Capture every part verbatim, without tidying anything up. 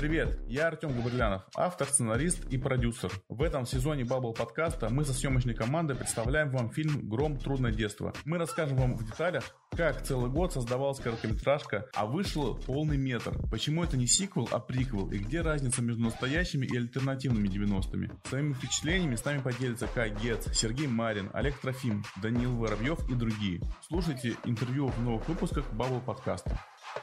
Привет, я Артем Габрилянов, автор, сценарист и продюсер. В этом сезоне Bubble подкаста мы со съемочной командой представляем вам фильм «Гром. Трудное детство». Мы расскажем вам в деталях, как целый год создавалась короткометражка, а вышел полный метр. Почему это не сиквел, а приквел, и где разница между настоящими и альтернативными девяностыми. Своими впечатлениями с нами поделятся Кай Гетц, Сергей Марин, Олег Трофим, Даниил Воробьев и другие. Слушайте интервью в новых выпусках Bubble подкаста.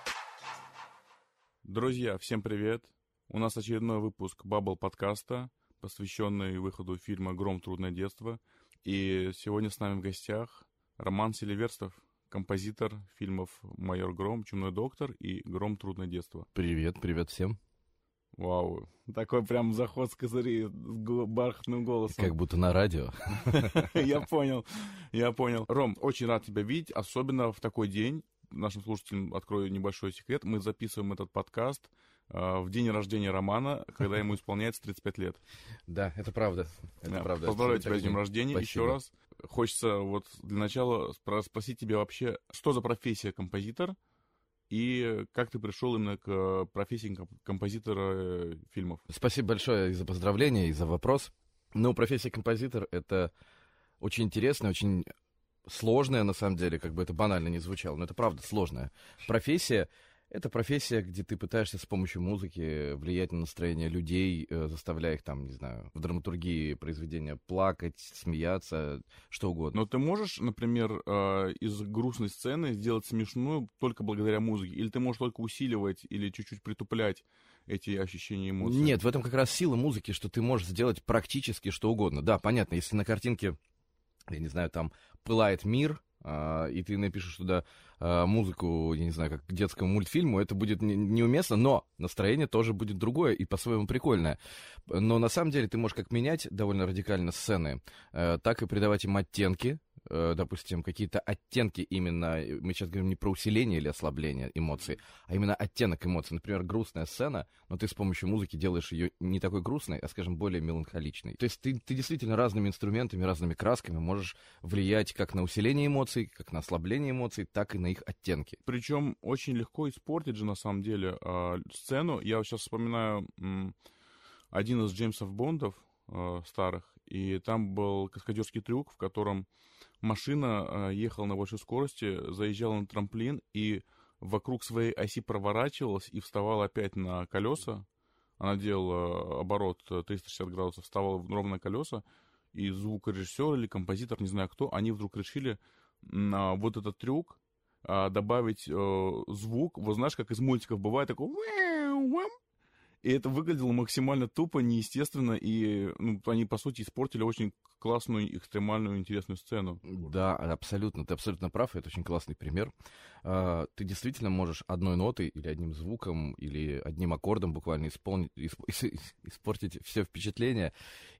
Друзья, всем привет! У нас очередной выпуск Bubble подкаста, посвященный выходу фильма «Гром. Трудное детство». И сегодня с нами в гостях Роман Селиверстов, композитор фильмов «Майор Гром», «Чумной доктор» и «Гром. Трудное детство». Привет, привет всем. Вау, такой прям заход с козырей с бархатным голосом. Как будто на радио. Я понял, я понял. Ром, очень рад тебя видеть, особенно в такой день. Нашим слушателям открою небольшой секрет. Мы записываем этот подкаст э, в день рождения Романа, когда ему исполняется тридцать пять лет. Да, это правда. Это да, правда. Поздравляю тебя с днем рождения. Спасибо. Еще раз. Хочется вот для начала спросить тебя вообще, что за профессия композитор и как ты пришел именно к профессии композитора фильмов? Спасибо большое и за поздравления, и за вопрос. Ну, профессия композитор — это очень интересно, очень сложная, на самом деле, как бы это банально не звучало, но это правда сложная профессия. Это профессия, где ты пытаешься с помощью музыки влиять на настроение людей, заставляя их там, не знаю, в драматургии произведения плакать, смеяться, что угодно. Но ты можешь, например, из грустной сцены сделать смешную только благодаря музыке? Или ты можешь только усиливать или чуть-чуть притуплять эти ощущения эмоций? Нет, в этом как раз сила музыки, что ты можешь сделать практически что угодно. Да, понятно, если на картинке, я не знаю, там пылает мир, а, и ты напишешь туда а, музыку, я не знаю, как к детскому мультфильму, это будет не, неуместно, но настроение тоже будет другое и по-своему прикольное. Но на самом деле ты можешь как менять довольно радикально сцены, а, так и придавать им оттенки, а, допустим, какие-то оттенки именно, мы сейчас говорим не про усиление или ослабление эмоций, а именно оттенок эмоций. Например, грустная сцена, но ты с помощью музыки делаешь ее не такой грустной, а, скажем, более меланхоличной. То есть ты, ты действительно разными инструментами, разными красками можешь влиять как на усиление эмоций, как на ослабление эмоций, так и на их оттенки. Причем очень легко испортить же, на самом деле, э, сцену. Я вот сейчас вспоминаю м, один из Джеймсов Бондов э, старых, и там был каскадерский трюк, в котором машина э, ехала на большой скорости, заезжала на трамплин и вокруг своей оси проворачивалась и вставала опять на колеса. Она делала оборот триста шестьдесят градусов, вставала ровно на колеса, и звукорежиссер или композитор, не знаю кто, они вдруг решили на вот этот трюк а, добавить э, звук, вот знаешь, как из мультиков бывает, такой... И это выглядело максимально тупо, неестественно, и ну, они, по сути, испортили очень классную, экстремальную, интересную сцену. Да, абсолютно, ты абсолютно прав, это очень классный пример. Ты действительно можешь одной нотой или одним звуком, или одним аккордом буквально исполнить, испортить все впечатление.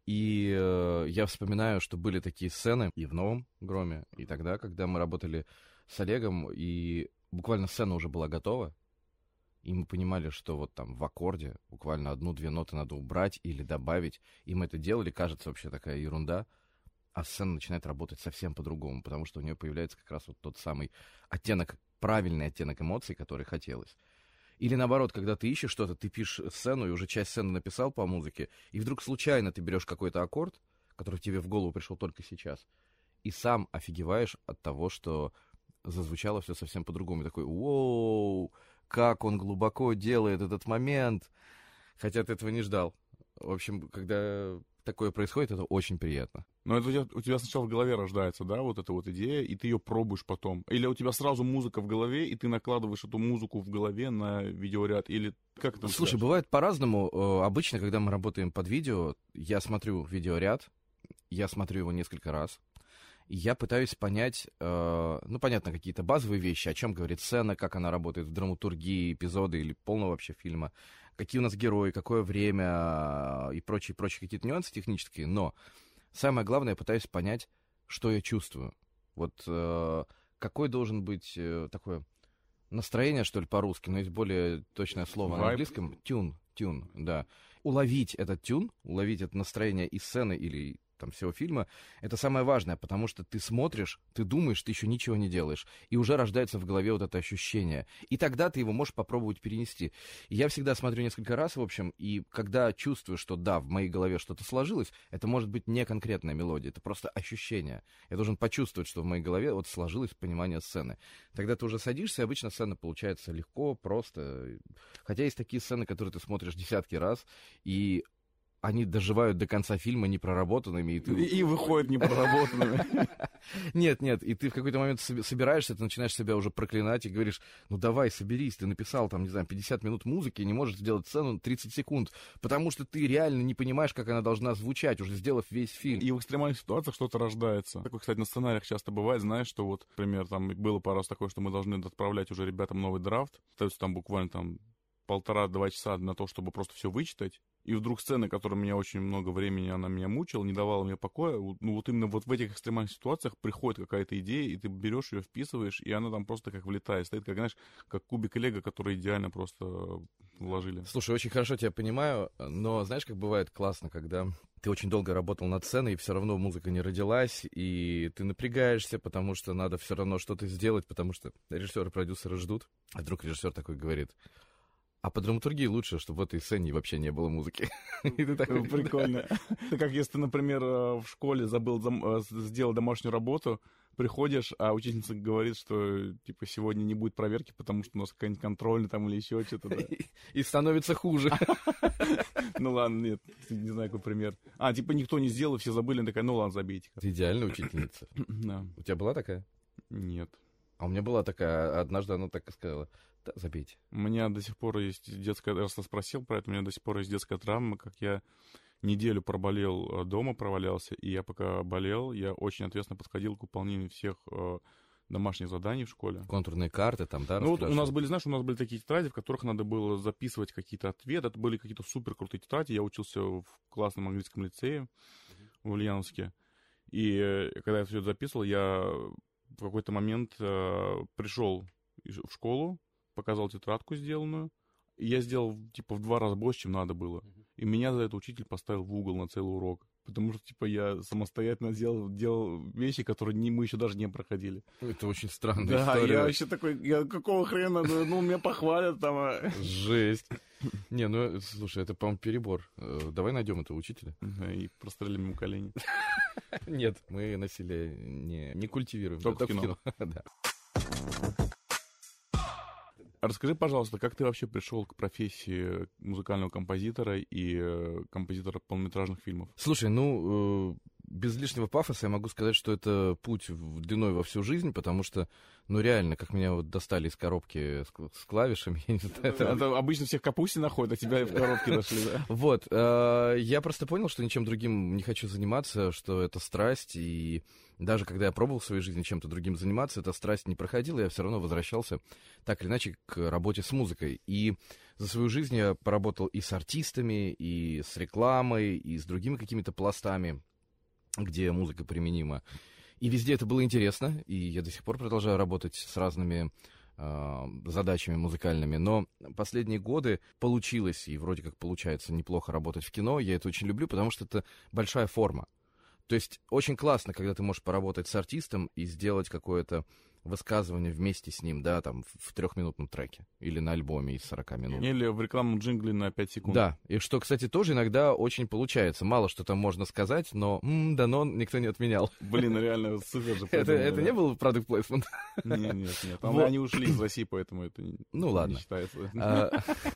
И я вспоминаю, что были такие сцены и в «Новом Громе», и тогда, когда мы работали с Олегом, и буквально сцена уже была готова, и мы понимали, что вот там в аккорде буквально одну-две ноты надо убрать или добавить. И мы это делали, кажется, вообще такая ерунда. А сцена начинает работать совсем по-другому, потому что у нее появляется как раз вот тот самый оттенок, правильный оттенок эмоций, который хотелось. Или наоборот, когда ты ищешь что-то, ты пишешь сцену, и уже часть сцены написал по музыке, и вдруг случайно ты берешь какой-то аккорд, который тебе в голову пришел только сейчас, и сам офигеваешь от того, что зазвучало все совсем по-другому. И такой, воу, как он глубоко делает этот момент, хотя ты этого не ждал. В общем, когда такое происходит, это очень приятно. Но это у тебя, у тебя сначала в голове рождается, да, вот эта вот идея, и ты ее пробуешь потом. Или у тебя сразу музыка в голове, и ты накладываешь эту музыку в голове на видеоряд, или как это? Слушай, бывает по-разному. Обычно, когда мы работаем под видео, я смотрю видеоряд, я смотрю его несколько раз, и я пытаюсь понять, э, ну, понятно, какие-то базовые вещи, о чем говорит сцена, как она работает в драматургии, эпизоды или полного вообще фильма, какие у нас герои, какое время и прочие-прочие какие-то нюансы технические, но самое главное, я пытаюсь понять, что я чувствую. Вот э, какой должен быть э, такое настроение, что ли, по-русски, но есть более точное слово на английском, тюн, тюн, да. Уловить этот тюн, уловить это настроение из сцены или там, всего фильма, это самое важное, потому что ты смотришь, ты думаешь, ты еще ничего не делаешь, и уже рождается в голове вот это ощущение. И тогда ты его можешь попробовать перенести. И я всегда смотрю несколько раз, в общем, и когда чувствую, что да, в моей голове что-то сложилось, это может быть не конкретная мелодия, это просто ощущение. Я должен почувствовать, что в моей голове вот сложилось понимание сцены. Тогда ты уже садишься, и обычно сцена получается легко, просто. Хотя есть такие сцены, которые ты смотришь десятки раз, и они доживают до конца фильма непроработанными. И, ты... и, и выходят непроработанными. Нет, нет, и ты в какой-то момент собираешься, ты начинаешь себя уже проклинать и говоришь, ну давай, соберись, ты написал там, не знаю, пятьдесят минут музыки и не можешь сделать сцену тридцать секунд, потому что ты реально не понимаешь, как она должна звучать, уже сделав весь фильм. И в экстремальных ситуациях что-то рождается. Такое, кстати, на сценариях часто бывает, знаешь, что вот, например, там было пару раз такое, что мы должны отправлять уже ребятам новый драфт, остается там буквально там полтора-два часа на то, чтобы просто все вычитать. И вдруг сцена, которая меня очень много времени, она меня мучила, не давала мне покоя. Ну вот именно вот в этих экстремальных ситуациях приходит какая-то идея, и ты берешь ее, вписываешь, и она там просто как влетает. Стоит, как, знаешь, как кубик лего, который идеально просто вложили. Слушай, очень хорошо тебя понимаю, но знаешь, как бывает классно, когда ты очень долго работал над сценой, и все равно музыка не родилась, и ты напрягаешься, потому что надо все равно что-то сделать, потому что режиссеры и продюсеры ждут. А вдруг режиссер такой говорит: а по драматургии лучше, чтобы в этой сцене вообще не было музыки. И ты такой, прикольно. Это как если ты, например, в школе забыл сделать домашнюю работу, приходишь, а учительница говорит, что типа сегодня не будет проверки, потому что у нас какая-нибудь контрольная там или еще что-то. И становится хуже. Ну ладно, нет, не знаю, какой пример. А, типа никто не сделал, все забыли, такая, ну ладно, забейте. Ты идеальная учительница. Да. У тебя была такая? Нет. А у меня была такая, однажды она так и сказала: да, забейте. У меня до сих пор есть детская, раз я спросил про это, у меня до сих пор есть детская травма, как я неделю проболел, дома провалялся, и я пока болел, я очень ответственно подходил к выполнению всех э, домашних заданий в школе. Контурные карты там, да? Ну вот у нас были, знаешь, у нас были такие тетради, в которых надо было записывать какие-то ответы, это были какие-то супер крутые тетради, я учился в классном английском лицее в Ульяновске, и э, когда я все это записывал, я в какой-то момент э, пришел в школу, показал тетрадку сделанную, и я сделал, типа, в два раза больше, чем надо было. И меня за это учитель поставил в угол на целый урок. Потому что, типа, я самостоятельно делал, делал вещи, которые не, мы еще даже не проходили. Это очень странная да, история. Да, я вообще такой, я какого хрена, ну, меня похвалят там. А... Жесть. Не, ну, слушай, это, по-моему, перебор. Давай найдем этого учителя. И прострелим ему колени. Нет, мы насилие не, не культивируем. Только в кино. Да. Расскажи, пожалуйста, как ты вообще пришел к профессии музыкального композитора и композитора полнометражных фильмов? Слушай, ну, без лишнего пафоса я могу сказать, что это путь длиной во всю жизнь, потому что, ну, реально, как меня вот достали из коробки с, с клавишами, я не знаю. Это... это обычно всех в капусте находят, а тебя в коробке нашли, да? Вот, я просто понял, что ничем другим не хочу заниматься, что это страсть, и даже когда я пробовал в своей жизни чем-то другим заниматься, эта страсть не проходила, я все равно возвращался так или иначе к работе с музыкой. И за свою жизнь я поработал и с артистами, и с рекламой, и с другими какими-то пластами, где музыка применима. И везде это было интересно, и я до сих пор продолжаю работать с разными э, задачами музыкальными. Но последние годы получилось, и вроде как получается неплохо работать в кино. Я это очень люблю, потому что это большая форма. То есть очень классно, когда ты можешь поработать с артистом и сделать какое-то высказывание вместе с ним, да, там, в трехминутном треке или на альбоме из сорока минут. Или в рекламном джингле на пять секунд. Да, и что, кстати, тоже иногда очень получается. Мало что там можно сказать, но м-м, да, но никто не отменял. Блин, реально супер же. Это, это не был продукт плейсмент? Нет, нет, нет. Они ушли из России, поэтому это не считается.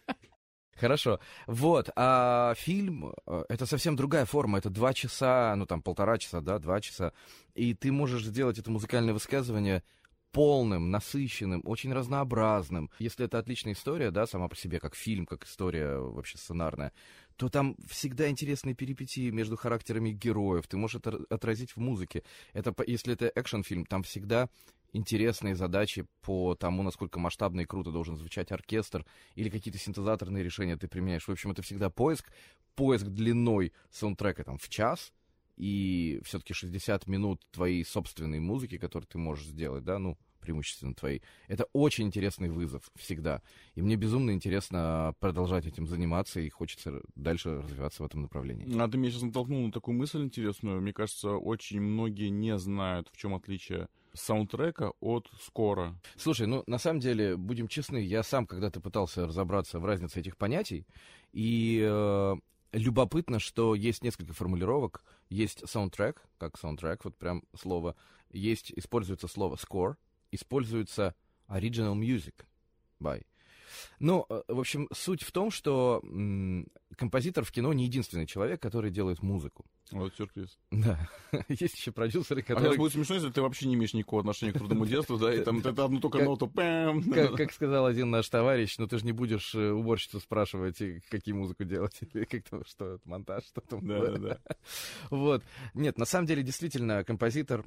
Хорошо. Вот. А фильм — это совсем другая форма. Это два часа, ну там полтора часа, да, два часа. И ты можешь сделать это музыкальное высказывание полным, насыщенным, очень разнообразным. Если это отличная история, да, сама по себе, как фильм, как история вообще сценарная, то там всегда интересные перипетии между характерами героев. Ты можешь это отразить в музыке. Это, если это экшн-фильм, там всегда интересные задачи по тому, насколько масштабно и круто должен звучать оркестр, или какие-то синтезаторные решения ты применяешь. В общем, это всегда поиск, поиск длиной саундтрека там в час, и все-таки шестьдесят минут твоей собственной музыки, которую ты можешь сделать, да, ну, преимущественно твои. Это очень интересный вызов всегда. И мне безумно интересно продолжать этим заниматься, и хочется дальше развиваться в этом направлении. А ты меня сейчас натолкнул на такую мысль интересную. Мне кажется, очень многие не знают, в чем отличие саундтрека от скора. Слушай, ну, на самом деле, будем честны, я сам когда-то пытался разобраться в разнице этих понятий, и э, любопытно, что есть несколько формулировок. Есть саундтрек, как саундтрек, вот прям слово. Есть, используется слово score, используется original music by. Ну, в общем, суть в том, что м, композитор в кино не единственный человек, который делает музыку. Вот сюрприз. Да. Есть еще продюсеры, А которые... сейчас будет смешно, если ты вообще не имеешь никакого отношения к трудному детству, да, и там это одну только ноту. Как, как сказал один наш товарищ, ну ты же не будешь уборщицу спрашивать, какие музыку делать, или как-то, что это, монтаж, что там. Да, да, да. Вот. Нет, на самом деле, действительно, композитор,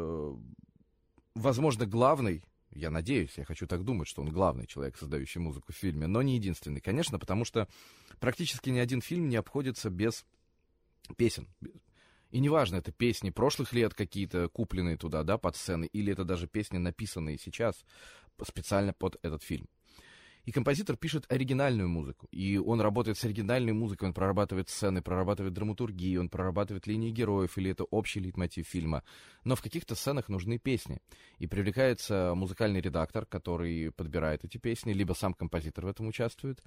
возможно, главный, я надеюсь, я хочу так думать, что он главный человек, создающий музыку в фильме, но не единственный, конечно, потому что практически ни один фильм не обходится без песен. И неважно, это песни прошлых лет какие-то, купленные туда, да, под сцены, или это даже песни, написанные сейчас специально под этот фильм. И композитор пишет оригинальную музыку, и он работает с оригинальной музыкой, он прорабатывает сцены, прорабатывает драматургию, он прорабатывает линии героев, или это общий лейтмотив фильма. Но в каких-то сценах нужны песни, и привлекается музыкальный редактор, который подбирает эти песни, либо сам композитор в этом участвует.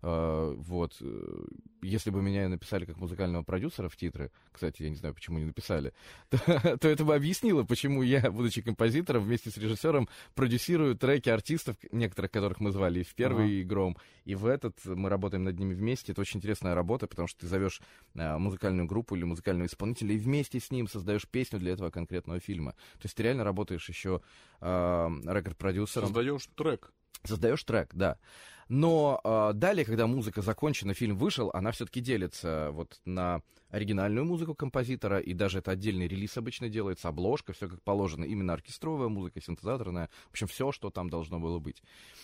Вот. Если бы меня написали как музыкального продюсера в титры, кстати, я не знаю, почему не написали, то, то это бы объяснило, почему я, будучи композитором, вместе с режиссером продюсирую треки артистов, некоторых которых мы звали в первый Первый гром, и в этот мы работаем над ними вместе. Это очень интересная работа, потому что ты зовешь а, музыкальную группу или музыкального исполнителя и вместе с ним создаешь песню для этого конкретного фильма. То есть ты реально работаешь еще а, рекорд-продюсером. Создаешь трек. Создаешь трек, да. Но э, далее, когда музыка закончена, фильм вышел, она все-таки делится вот на оригинальную музыку композитора, и даже это отдельный релиз обычно делается, обложка, все как положено, именно оркестровая музыка, синтезаторная, в общем, все, что там должно было быть.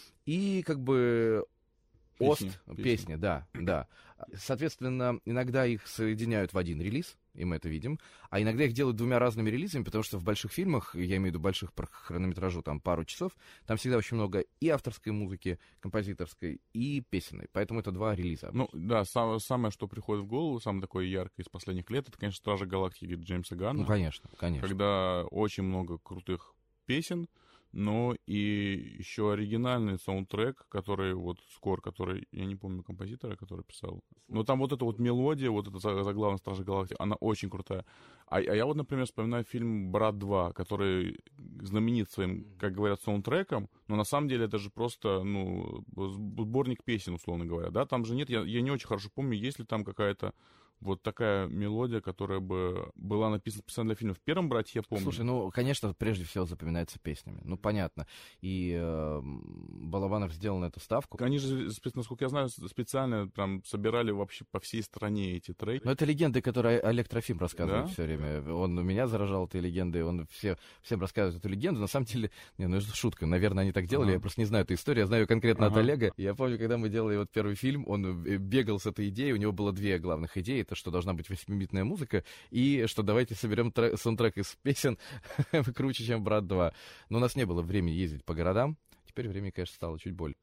И как бы Песни, ост, песни. песни, да, да. Соответственно, иногда их соединяют в один релиз, и мы это видим, а иногда их делают двумя разными релизами, потому что в больших фильмах, я имею в виду больших по хронометражу, там пару часов, там всегда очень много и авторской музыки, композиторской, и песенной, поэтому это два релиза. Ну, да, сам, самое, что приходит в голову, самое такое яркое из последних лет, это, конечно, «Стражи Галактики» Джеймса Ганна. Ну, конечно, конечно. Когда очень много крутых песен, но и еще оригинальный саундтрек, который вот скор, который, я не помню композитора, который писал. Но там вот эта вот мелодия, вот эта заглавная «Стражи Галактики», она очень крутая. А, а я вот, например, вспоминаю фильм «Брат два», который знаменит своим, как говорят, саундтреком, но на самом деле это же просто, ну, сборник песен, условно говоря, да, там же нет, я, я не очень хорошо помню, есть ли там какая-то вот такая мелодия, которая бы была написана специально для фильма. В первом «Брате» я помню. Слушай, ну, конечно, прежде всего запоминается песнями. Ну, понятно. И э, Балабанов сделал на эту ставку. Они же, насколько я знаю, специально прям собирали вообще по всей стране эти треки. Ну, это легенды, которые Олег Трофим рассказывает Да? все время. Он у меня заражал этой легендой, он все, всем рассказывает эту легенду. На самом деле, не, ну, это шутка. Наверное, они так делали, Ага. я просто не знаю эту историю. Я знаю ее конкретно Ага. от Олега. Я помню, когда мы делали вот первый фильм, он бегал с этой идеей. У него было две главных идеи. Это что должна быть восьмибитная музыка, и что давайте соберем трек, саундтрек из песен круче, чем «Брат два». Но у нас не было времени ездить по городам. Теперь времени, конечно, стало чуть больше.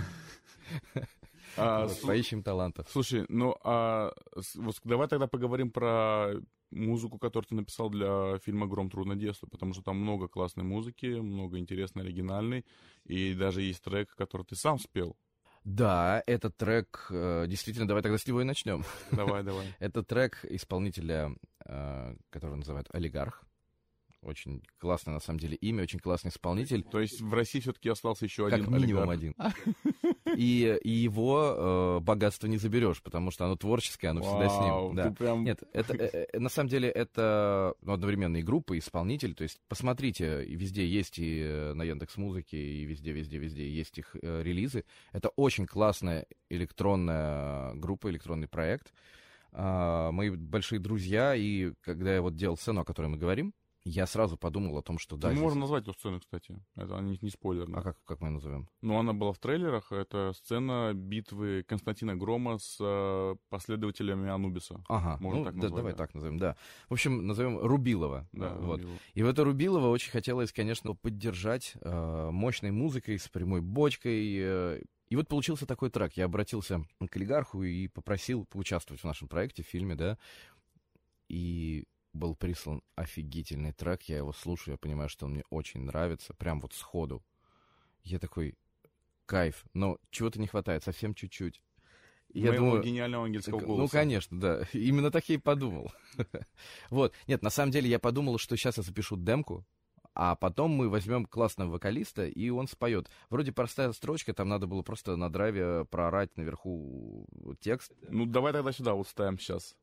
А, Вот, слу- Поищем талантов. Слушай, ну а с- вот давай тогда поговорим про музыку, которую ты написал для фильма «Гром. Трудное детство», потому что там много классной музыки, много интересной, оригинальной, и даже есть трек, который ты сам спел. Да, этот трек, э, действительно, давай тогда с него и начнем. Давай, давай. Это трек исполнителя, э, которого называют «Олигарх». Очень классное, на самом деле, имя, очень классный исполнитель. То есть в России все-таки остался еще Как один минимум олигарх. один. И, и его э, богатство не заберешь, потому что оно творческое, оно всегда с Вау, ним. ты Да. прям- Нет, это, э, э, на самом деле это ну, одновременно и группа, и исполнитель. То есть посмотрите, и везде есть и э, на Яндекс.Музыке, и везде-везде-везде есть их э, релизы. Это очень классная электронная группа, электронный проект. А, мои большие друзья, и когда я вот делал сцену, о которой мы говорим, я сразу подумал о том, что да. Мы здесь... можем назвать эту сцену, кстати. Это не, не спойлерно. А как, как мы ее назовем? Ну, она была в трейлерах. Это сцена битвы Константина Грома с э, последователями Анубиса. Ага, Можно ну так да, назвать, давай да. так назовем, да. В общем, назовем Рубилова. Да, вот. Рубилова. И в это Рубилова очень хотелось, конечно, поддержать э, мощной музыкой, с прямой бочкой. Э, и вот получился такой трек. Я обратился к олигарху и попросил поучаствовать в нашем проекте, в фильме, да. И был прислан офигительный трек, я его слушаю, я понимаю, что он мне очень нравится, прям вот сходу. Я такой, кайф, но чего-то не хватает, совсем чуть-чуть. И я Моего думаю, гениального ангельского голоса. ну, конечно, да, именно так я и подумал. Вот, нет, на самом деле я подумал, что сейчас я запишу демку, а потом мы возьмем классного вокалиста, и он споет. Вроде простая строчка, там надо было просто на драйве проорать наверху текст. Ну, давай тогда сюда вот ставим сейчас.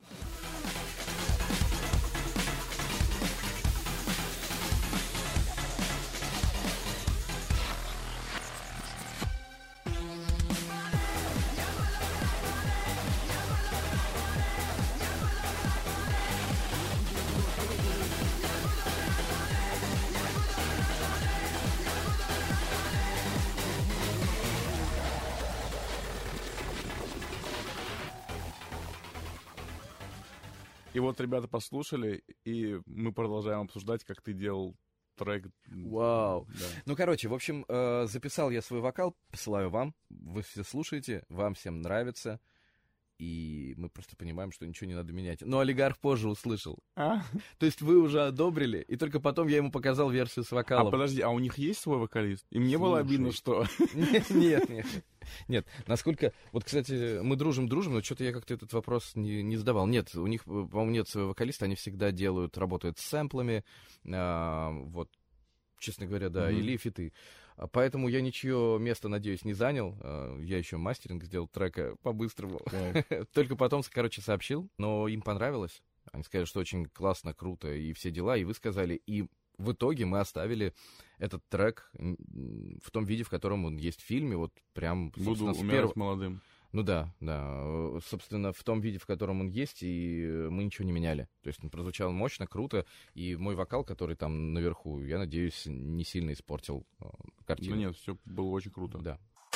И вот ребята послушали, и мы продолжаем обсуждать, как ты делал трек. Вау. Да. Ну, короче, в общем, э, записал я свой вокал, посылаю вам, вы все слушаете, вам всем нравится, и мы просто понимаем, что ничего не надо менять. Но олигарх позже услышал. А? То есть вы уже одобрили, и только потом я ему показал версию с вокалом. А подожди, а у них есть свой вокалист? И мне было Слушай. обидно, что... Нет, нет, нет. Нет, насколько... Вот, кстати, мы дружим-дружим, но что-то я как-то этот вопрос не, не задавал. Нет, у них, по-моему, нет своего вокалиста, они всегда делают, работают с сэмплами, а, вот, честно говоря, да, Мгм. или фиты. А Поэтому я ничье место, надеюсь, не занял. А, Я еще мастеринг сделал трека по-быстрому. Только потом, короче, сообщил, но им понравилось. Они сказали, что очень классно, круто и все дела, и вы сказали. И в итоге мы оставили этот трек м, в том виде, в котором он есть в фильме, вот прям, Буду собственно, с умирать первого... молодым. Ну да, да, э, собственно, в том виде, в котором он есть, и э, мы ничего не меняли. То есть он прозвучал мощно, круто, и мой вокал, который там наверху, я надеюсь, не сильно испортил э, картину. Ну нет, все было очень круто. Да.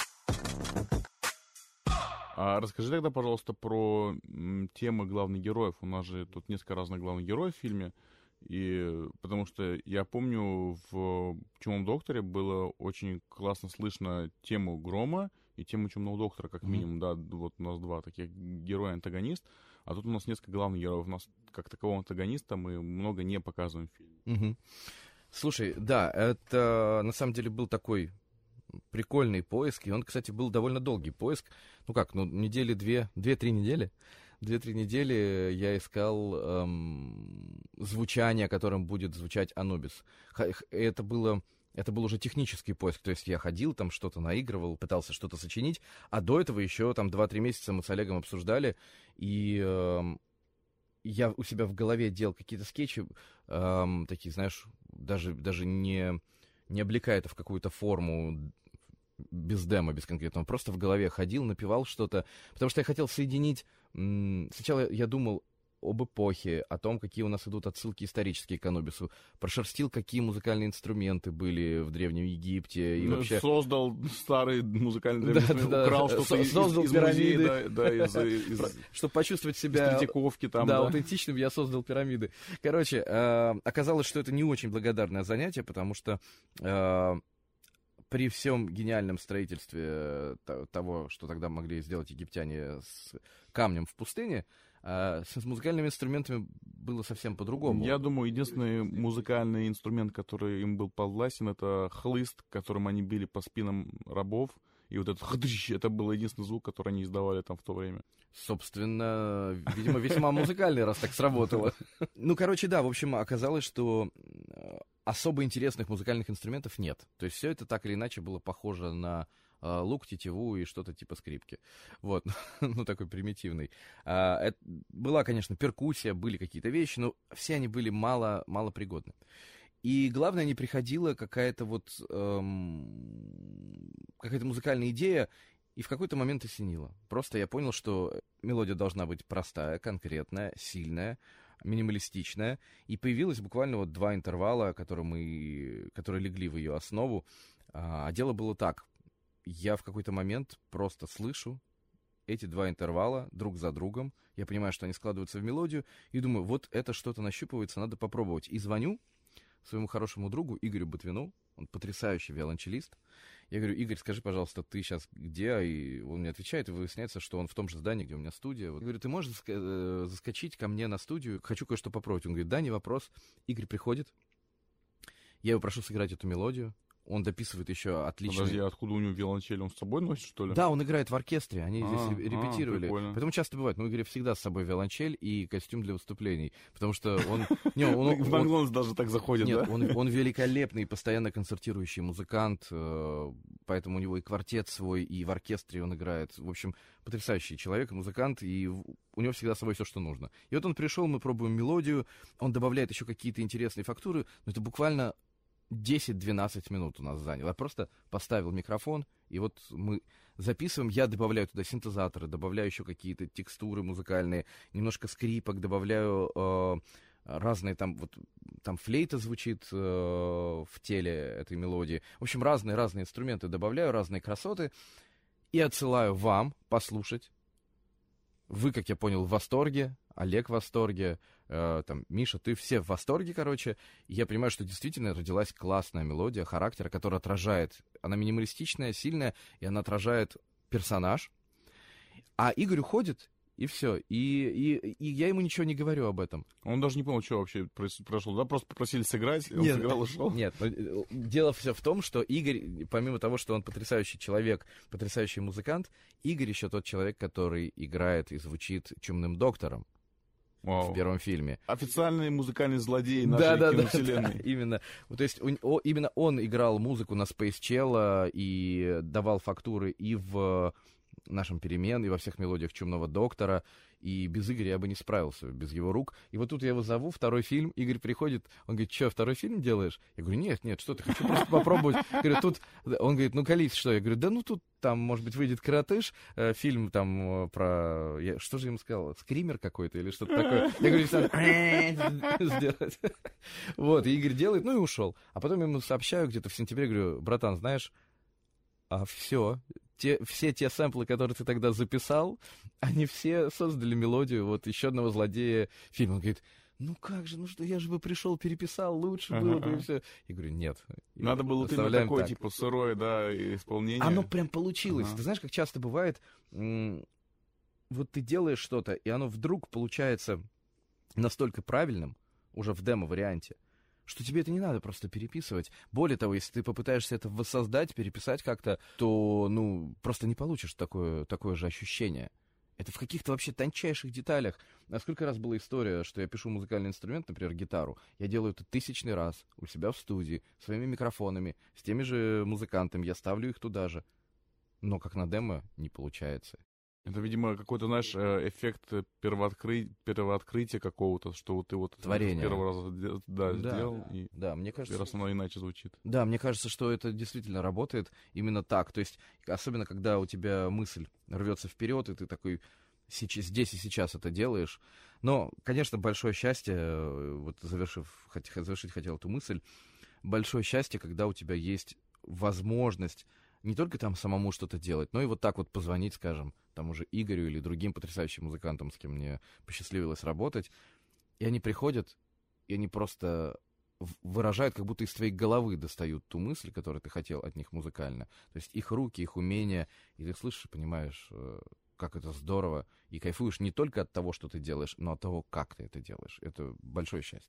А расскажи тогда, пожалуйста, про м, темы главных героев. У нас же тут несколько разных главных героев в фильме. И потому что я помню, в «Чумном докторе» было очень классно слышно тему Грома и тему «Чумного доктора», как Мгм. минимум, да, вот у нас два таких героя-антагонист, а тут у нас несколько главных героев. У нас как такового антагониста мы много не показываем в фильме. Мгм. Слушай, да, это на самом деле был такой прикольный поиск, и он, кстати, был довольно долгий поиск. Ну как, ну недели две, две-три недели. Две-три недели я искал эм, звучание, которым будет звучать Анубис. Ха- х- Это было, это был уже технический поиск, то есть я ходил, там что-то наигрывал, пытался что-то сочинить, а до этого еще там два-три месяца мы с Олегом обсуждали, и эм, я у себя в голове делал какие-то скетчи, эм, такие, знаешь, даже, даже не, не облекая это в какую-то форму, без демо, без конкретного, просто в голове ходил, напевал что-то, потому что я хотел соединить, м, сначала я думал об эпохе, о том, какие у нас идут отсылки исторические к Анубису, прошерстил, какие музыкальные инструменты были в Древнем Египте, и Ну, вообще... Создал старый музыкальный Да, древний да, украл да. что-то из, Создал из, из музея, пирамиды. да, да, из, из, из, Чтобы почувствовать из себя... Третьяковки там, да, да. аутентичным, я создал пирамиды. Короче, э, оказалось, что это не очень благодарное занятие, потому что э, при всем гениальном строительстве э, то- того, что тогда могли сделать египтяне с камнем в пустыне, э, с музыкальными инструментами было совсем по-другому. Я думаю, единственный музыкальный инструмент, который им был подвластен, это хлыст, которым они били по спинам рабов. И вот этот хдыщ, это был единственный звук, который они издавали там в то время. Собственно, видимо, весьма музыкальный, раз так сработало. Ну, короче, да, в общем, оказалось, что э, особо интересных музыкальных инструментов нет. То есть все это так или иначе было похоже на э, лук, тетиву и что-то типа скрипки. Вот, ну, такой примитивный. А, это- была, конечно, перкуссия, были какие-то вещи, но все они были мало, мало пригодны. И главное, не приходила какая-то вот эм, какая-то музыкальная идея, и в какой-то момент осенило. Просто я понял, что мелодия должна быть простая, конкретная, сильная, минималистичная, и появилось буквально вот два интервала, которые, мы, которые легли в ее основу. А дело было так. Я в какой-то момент просто слышу эти два интервала друг за другом. Я понимаю, что они складываются в мелодию, и думаю, вот это что-то нащупывается, надо попробовать. И звоню своему хорошему другу Игорю Ботвину, он потрясающий виолончелист. Я говорю, Игорь, скажи, пожалуйста, ты сейчас где? И он мне отвечает, и выясняется, что он в том же здании, где у меня студия. Вот. Я говорю, ты можешь заска- заскочить ко мне на студию? Хочу кое-что попробовать. Он говорит, да, не вопрос. Игорь приходит, я его прошу сыграть эту мелодию. Он дописывает еще отлично. Подожди, откуда у него виолончель? Он с собой носит, что ли? Да, он играет в оркестре, они а, здесь репетировали. А, Поэтому часто бывает, ну, у Игоря всегда с собой виолончель и костюм для выступлений, потому что он... Не, он, в Макдональдс даже так заходит, нет, да? он, он великолепный, постоянно концертирующий музыкант, поэтому у него и квартет свой, и в оркестре он играет. В общем, потрясающий человек, музыкант, и у него всегда с собой все, что нужно. И вот он пришел, мы пробуем мелодию, он добавляет еще какие-то интересные фактуры, но это буквально десять-двенадцать минут у нас заняло. Я просто поставил микрофон, и вот мы записываем. Я добавляю туда синтезаторы, добавляю еще какие-то текстуры музыкальные, немножко скрипок, добавляю э, разные там, вот там флейта звучит э, в теле этой мелодии. В общем, разные-разные инструменты добавляю, разные красоты, и отсылаю вам послушать. Вы, как я понял, в восторге, Олег в восторге, э, там, Миша, ты все в восторге, короче. И я понимаю, что действительно родилась классная мелодия характера, которая отражает, она минималистичная, сильная, и она отражает персонаж. А Игорь уходит, и все. И, и, и я ему ничего не говорю об этом. Он даже не понял, что вообще произошло. Да, просто попросили сыграть, он Нет, сыграл и шел. Нет, дело все в том, что Игорь, помимо того, что он потрясающий человек, потрясающий музыкант, Игорь еще тот человек, который играет и звучит чумным доктором. Вау. В первом фильме. Официальный музыкальный злодей нашей да, да, киновселенной. Да, да, именно. То есть у, о, именно он играл музыку на Space Cello и давал фактуры и в нашем «Перемен», и во всех мелодиях «Чумного доктора». И без Игоря я бы не справился, без его рук. И вот тут я его зову, второй фильм, Игорь приходит, он говорит, что, второй фильм делаешь? Я говорю, нет, нет, что ты, хочу просто попробовать. Я говорю, тут... Он говорит, ну, колись, что? Я говорю, да ну тут там, может быть, выйдет «Коротыш», э, фильм там про... Я... Что же ему сказал? Скример какой-то или что-то такое? Я говорю, сделать. Вот, и Игорь делает, ну и ушел. А потом я ему сообщаю где-то в сентябре, говорю, братан, знаешь, а все... Те, все те сэмплы, которые ты тогда записал, они все создали мелодию вот еще одного злодея фильма. Он говорит, ну как же, ну что, я же бы пришел, переписал, лучше ага, было бы, ага. И все. Я говорю, нет. Надо было ты на такое, так. типа, сырое, да, исполнение. Оно прям получилось. Ага. Ты знаешь, как часто бывает, м- вот ты делаешь что-то, и оно вдруг получается настолько правильным, уже в демо-варианте, что тебе это не надо просто переписывать. Более того, если ты попытаешься это воссоздать, переписать как-то, то, ну, просто не получишь такое, такое же ощущение. Это в каких-то вообще тончайших деталях. А сколько раз была история, что я пишу музыкальный инструмент, например, гитару, я делаю это тысячный раз у себя в студии, своими микрофонами, с теми же музыкантами, я ставлю их туда же. Но как на демо не получается. Это, видимо, какой-то, знаешь, эффект первооткры... первооткрытия какого-то, что вот ты вот творение. Первый раз да, да, сделал, и да, мне кажется, раз оно иначе звучит. Да, мне кажется, что это действительно работает именно так. То есть, особенно когда у тебя мысль рвется вперед, и ты такой сейчас, здесь и сейчас это делаешь. Но, конечно, большое счастье, вот завершив, завершить хотел эту мысль, большое счастье, когда у тебя есть возможность не только там самому что-то делать, но и вот так вот позвонить, скажем, тому же Игорю или другим потрясающим музыкантам, с кем мне посчастливилось работать, и они приходят, и они просто выражают, как будто из твоей головы достают ту мысль, которую ты хотел от них музыкально. То есть их руки, их умения, и ты слышишь, понимаешь, как это здорово, и кайфуешь не только от того, что ты делаешь, но от того, как ты это делаешь. Это большое счастье.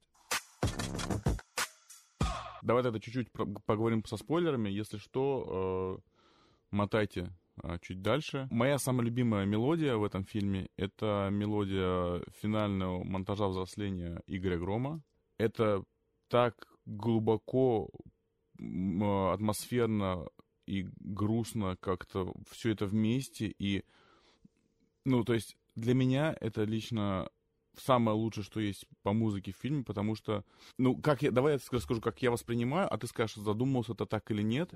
Давай тогда чуть-чуть поговорим со спойлерами. Если что, э, мотайте э, чуть дальше. Моя самая любимая мелодия в этом фильме — это мелодия финального монтажа взросления Игоря Грома. Это так глубоко, э, атмосферно и грустно как-то все это вместе. И, ну, то есть для меня это лично самое лучшее, что есть по музыке в фильме, потому что, ну, как я, давай я расскажу, как я воспринимаю, а ты скажешь, задумался это так или нет.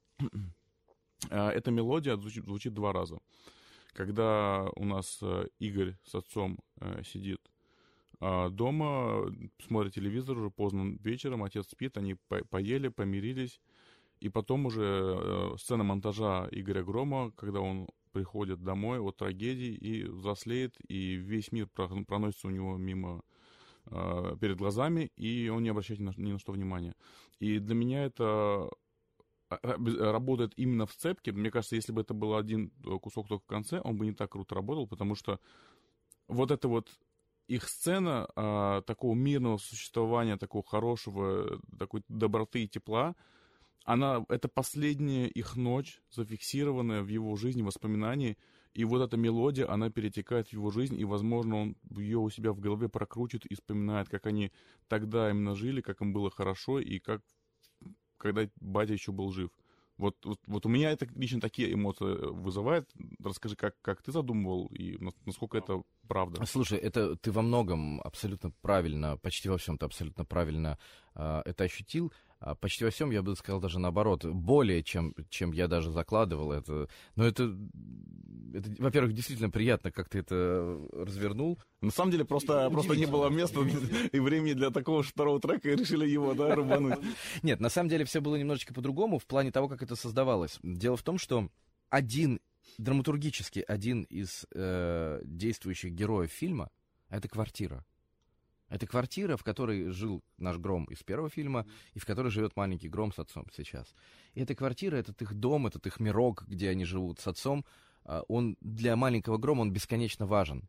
Эта мелодия звучит, звучит два раза. Когда у нас Игорь с отцом сидит А дома смотрят телевизор уже поздно вечером, отец спит, они по- поели, помирились. И потом уже э, сцена монтажа Игоря Грома, когда он приходит домой от трагедии и взрослеет, и весь мир про- проносится у него мимо, э, перед глазами, и он не обращает ни на, ни на что внимания. И для меня это работает именно в сцепке. Мне кажется, если бы это был один кусок только в конце, он бы не так круто работал, потому что вот эта вот их сцена а, такого мирного существования, такого хорошего, такой доброты и тепла, она, это последняя их ночь, зафиксированная в его жизни, воспоминании, и вот эта мелодия, она перетекает в его жизнь, и, возможно, он ее у себя в голове прокрутит и вспоминает, как они тогда именно жили, как им было хорошо, и как, когда батя еще был жив. Вот, вот, вот у меня это лично такие эмоции вызывает. Расскажи, как, как ты задумывал и насколько это правда? Слушай, это ты во многом абсолютно правильно, почти во всем ты абсолютно правильно э, это ощутил. А почти во всем, я бы сказал, даже наоборот, более, чем, чем я даже закладывал это. Но это, это, во-первых, действительно приятно, как ты это развернул. На самом деле, просто, просто не было места и времени для такого второго трека, и решили его, да, рубануть. Нет, на самом деле все было немножечко по-другому в плане того, как это создавалось. Дело в том, что один, драматургически один из э, действующих героев фильма — это квартира. Это квартира, в которой жил наш Гром из первого фильма, и в которой живет маленький Гром с отцом сейчас. И эта квартира, этот их дом, этот их мирок, где они живут с отцом, он для маленького Грома, он бесконечно важен.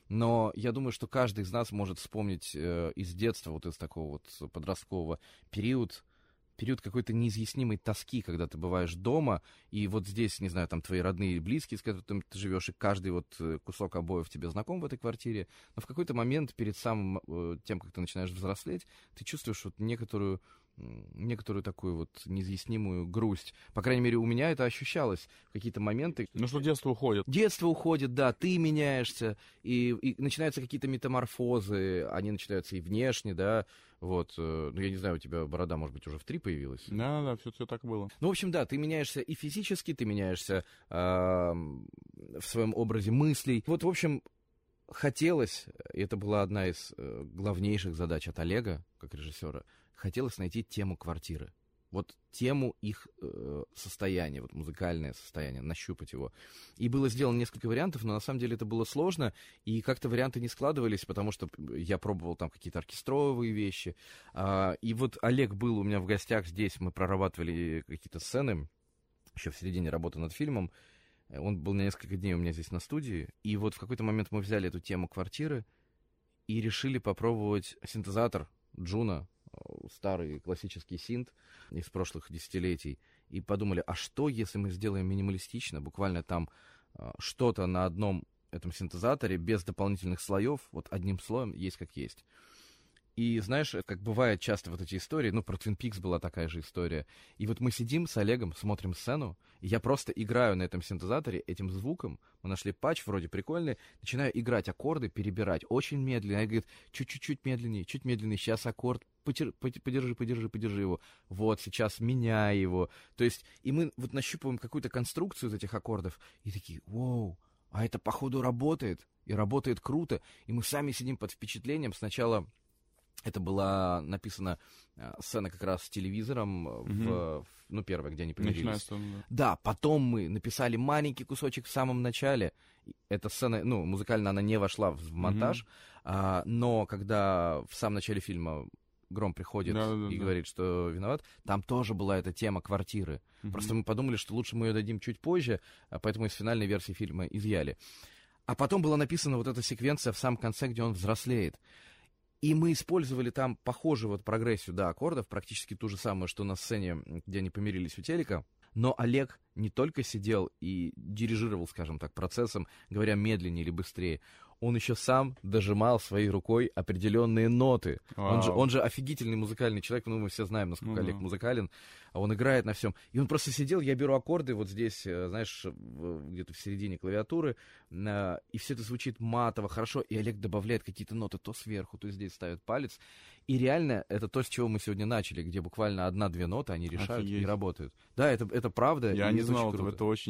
Но я думаю, что каждый из нас может вспомнить э, из детства, вот из такого вот подросткового период, период какой-то неизъяснимой тоски, когда ты бываешь дома, и вот здесь, не знаю, там твои родные и близкие, с которыми ты живешь, и каждый вот кусок обоев тебе знаком в этой квартире, но в какой-то момент перед самым э, тем, как ты начинаешь взрослеть, ты чувствуешь вот некоторую, некоторую такую вот неизъяснимую грусть. По крайней мере, у меня это ощущалось в какие-то моменты. Ну что детство уходит. Детство уходит, да, ты меняешься, и, и начинаются какие-то метаморфозы, они начинаются и внешне, да, вот, ну, я не знаю, у тебя борода, может быть, уже в три появилась? Да, да, все, все так было. Ну, в общем, да, ты меняешься и физически, ты меняешься э, в своем образе мыслей. Вот, в общем, хотелось, и это была одна из э, главнейших задач от Олега, как режиссера, хотелось найти тему квартиры. Вот тему их э, состояния, вот музыкальное состояние, нащупать его. И было сделано несколько вариантов, но на самом деле это было сложно, и как-то варианты не складывались, потому что я пробовал там какие-то оркестровые вещи. А, и вот Олег был у меня в гостях здесь, мы прорабатывали какие-то сцены, еще в середине работы над фильмом. Он был на несколько дней у меня здесь на студии, и вот в какой-то момент мы взяли эту тему квартиры и решили попробовать синтезатор Джуна, старый классический синт из прошлых десятилетий, и подумали, а что, если мы сделаем минималистично, буквально там э, что-то на одном этом синтезаторе, без дополнительных слоев, вот одним слоем есть как есть. И знаешь, как бывает часто вот эти истории, ну, про Twin Peaks была такая же история, и вот мы сидим с Олегом, смотрим сцену, и я просто играю на этом синтезаторе этим звуком, мы нашли патч, вроде прикольный, начинаю играть аккорды, перебирать очень медленно, Олег говорит, чуть-чуть медленнее, чуть медленнее, сейчас аккорд, подержи, подержи, подержи, подержи его, вот, сейчас меняй его, то есть, и мы вот нащупываем какую-то конструкцию из этих аккордов, и такие, вау, а это, походу, работает, и работает круто, и мы сами сидим под впечатлением, сначала... Это была написана э, сцена как раз с телевизором, mm-hmm. в, в, ну, первая, где они помирились. Да. да, потом мы написали маленький кусочек в самом начале. Эта сцена, ну, музыкально она не вошла в монтаж, mm-hmm. а, но когда в самом начале фильма Гром приходит да, да, и да. говорит, что виноват, там тоже была эта тема квартиры. Mm-hmm. Просто мы подумали, что лучше мы ее дадим чуть позже, поэтому из финальной версии фильма изъяли. А потом была написана вот эта секвенция в самом конце, где он взрослеет. И мы использовали там похожую вот прогрессию, да, аккордов, практически ту же самую, что на сцене, где они помирились у телека. Но Олег не только сидел и дирижировал, скажем так, процессом, говоря медленнее или быстрее, он еще сам дожимал своей рукой определенные ноты. Он же, он же офигительный музыкальный человек, ну, мы все знаем, насколько mm-hmm. Олег музыкален, а он играет на всем. И он просто сидел, я беру аккорды вот здесь, знаешь, где-то в середине клавиатуры, и все это звучит матово, хорошо, и Олег добавляет какие-то ноты то сверху, то здесь ставит палец. И реально, это то, с чего мы сегодня начали, где буквально одна-две ноты, они решают Офигеть. И работают. Да, это, это правда. Я не знал этого, это очень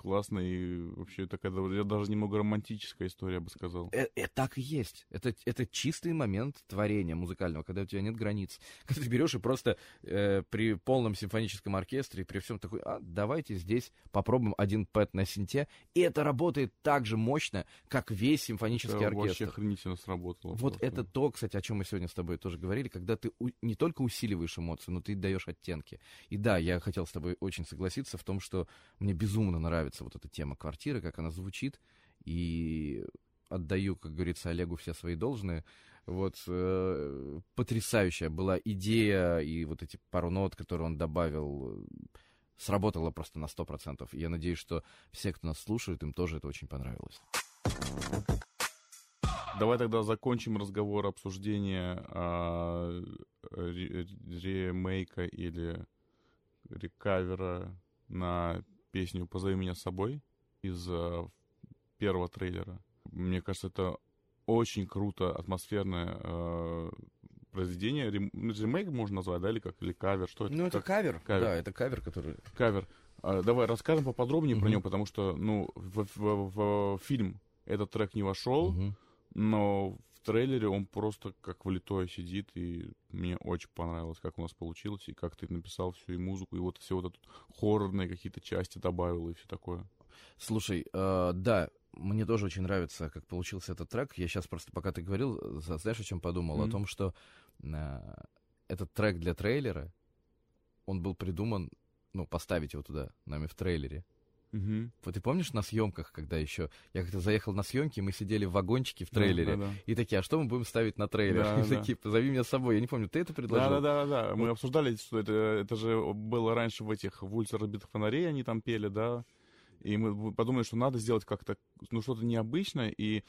классно, и вообще такая даже немного романтическая история, я бы сказал. Э, э, так и есть. Это, это чистый момент творения музыкального, когда у тебя нет границ. Когда ты берешь и просто э, при полном симфоническом оркестре, при всем такой, а давайте здесь попробуем один пэд на синте, и это работает так же мощно, как весь симфонический это оркестр. Вообще охренительно сработало. Вот просто. это то, кстати, о чем мы сегодня с тобой тоже говорили, когда ты у, не только усиливаешь эмоции, но ты даешь оттенки. И да, я хотел с тобой очень согласиться в том, что мне безумно нравится вот эта тема квартиры, как она звучит, и отдаю, как говорится, Олегу все свои должные. Вот э, потрясающая была идея, и вот эти пару нот, которые он добавил, сработало просто на сто процентов. И я надеюсь, что все, кто нас слушает, им тоже это очень понравилось. Давай тогда закончим разговор, обсуждение а, ре- ремейка или рекавера на песню «Позови меня с собой» из а, первого трейлера. Мне кажется, это очень круто, атмосферное а, произведение. Рем... Ремейк можно назвать, да, или как? Или кавер? Что это? Ну, это как? кавер. кавер. Да, это кавер, который... Кавер. А, давай расскажем поподробнее Uh-huh. про него, потому что, ну, в, в, в, в фильм этот трек не вошел, Uh-huh. но в трейлере он просто как влитой сидит, и мне очень понравилось, как у нас получилось, и как ты написал всю и музыку, и вот все вот тут хоррорные какие-то части добавил, и все такое. Слушай, э, да, мне тоже очень нравится, как получился этот трек. Я сейчас просто, пока ты говорил, знаешь, о чем подумал? Mm-hmm. О том, что э, этот трек для трейлера, он был придуман, ну, поставить его туда, нами в трейлере. Mm-hmm. Вот ты помнишь на съемках, когда еще... Я как-то заехал на съемки, мы сидели в вагончике в трейлере, да, да, да. и такие, а что мы будем ставить на трейлер? Да, и да. такие, позови меня с собой. Я не помню, ты это предложил? Да-да-да, да. Мы обсуждали, что это, это же было раньше в этих в улице разбитых фонарей, они там пели, да. И мы подумали, что надо сделать как-то, ну, что-то необычное. И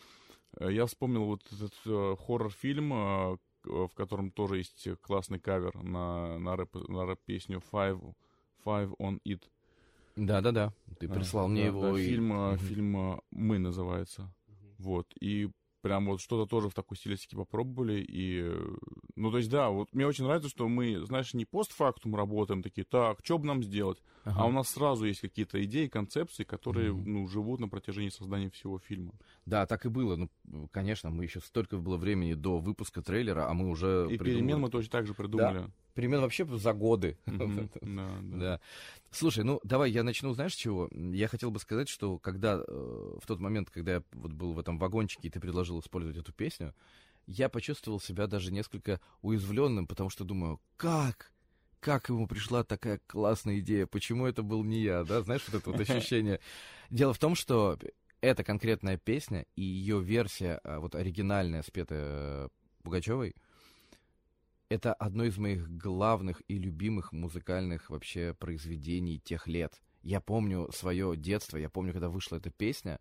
я вспомнил вот этот э, хоррор-фильм, э, в котором тоже есть классный кавер на, на, рэп, на рэп-песню Five, Five on It. Да-да-да, ты прислал а, мне да, его. Да, и... фильм, uh-huh. фильм «Мы» называется. Uh-huh. Вот, и прям вот что-то тоже в такой стилистике попробовали, и... Ну, то есть, да, вот мне очень нравится, что мы, знаешь, не постфактум работаем, такие, так, что бы нам сделать? Uh-huh. А у нас сразу есть какие-то идеи, концепции, которые, uh-huh. ну, живут на протяжении создания всего фильма. Да, так и было. Ну, конечно, мы еще столько было времени до выпуска трейлера, а мы уже И придумали... перемен мы точно так же придумали. Да. Перемен вообще за годы. Mm-hmm. да, да. да. Слушай, ну давай я начну, знаешь, с чего? Я хотел бы сказать, что когда э, в тот момент, когда я вот был в этом вагончике, и ты предложил использовать эту песню, я почувствовал себя даже несколько уязвленным, потому что думаю, как? Как ему пришла такая классная идея? Почему это был не я? Да, знаешь, вот это вот ощущение. Дело в том, что эта конкретная песня и ее версия, вот оригинальная, спетая Пугачевой, это одно из моих главных и любимых музыкальных вообще произведений тех лет. Я помню свое детство, я помню, когда вышла эта песня,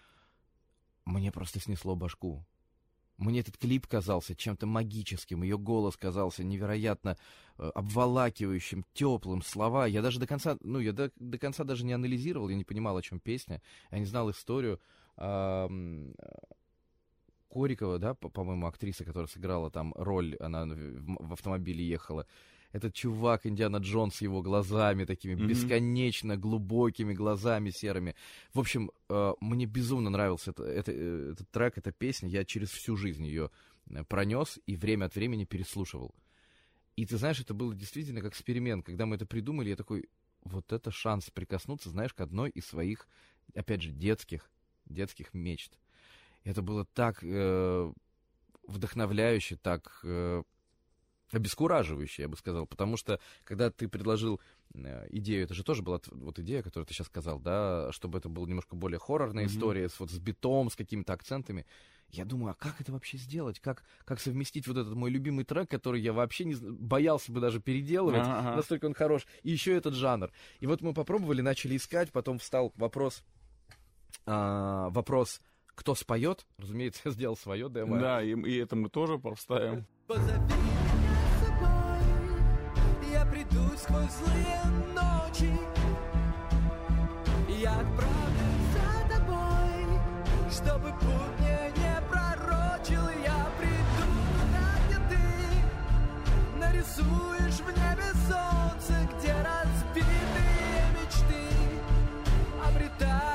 мне просто снесло башку. Мне этот клип казался чем-то магическим, ее голос казался невероятно э, обволакивающим, теплым, слова. Я даже до конца, ну, я до, до конца даже не анализировал, я не понимал, о чем песня, я не знал историю. Э, Корикова, да, по-моему, актриса, которая сыграла там роль, она в автомобиле ехала. Этот чувак, Индиана Джонс, с его глазами такими mm-hmm. бесконечно глубокими глазами серыми. В общем, э, мне безумно нравился это, это, этот трек, эта песня. Я через всю жизнь ее пронес и время от времени переслушивал. И ты знаешь, это было действительно как эксперимент. Когда мы это придумали, я такой, вот это шанс прикоснуться, знаешь, к одной из своих, опять же, детских, детских мечт. Это было так э, вдохновляюще, так э, обескураживающе, я бы сказал. Потому что, когда ты предложил э, идею, это же тоже была вот идея, которую ты сейчас сказал, да, чтобы это была немножко более хоррорная mm-hmm. история, с, вот, с битом, с какими-то акцентами. Я думаю, а как это вообще сделать? Как, как совместить вот этот мой любимый трек, который я вообще не боялся бы даже переделывать, uh-huh. настолько он хорош, и еще этот жанр. И вот мы попробовали, начали искать, потом встал вопрос... А, вопрос... Кто споет, разумеется, я сделал свое демо. Да, и, и это мы тоже поставим. Позови меня с собой, я приду сквозь злые ночи, я отправлюсь за тобой, чтобы путь мне не пророчил. Я приду туда, где ты нарисуешь в небе солнце, где разбитые мечты обретают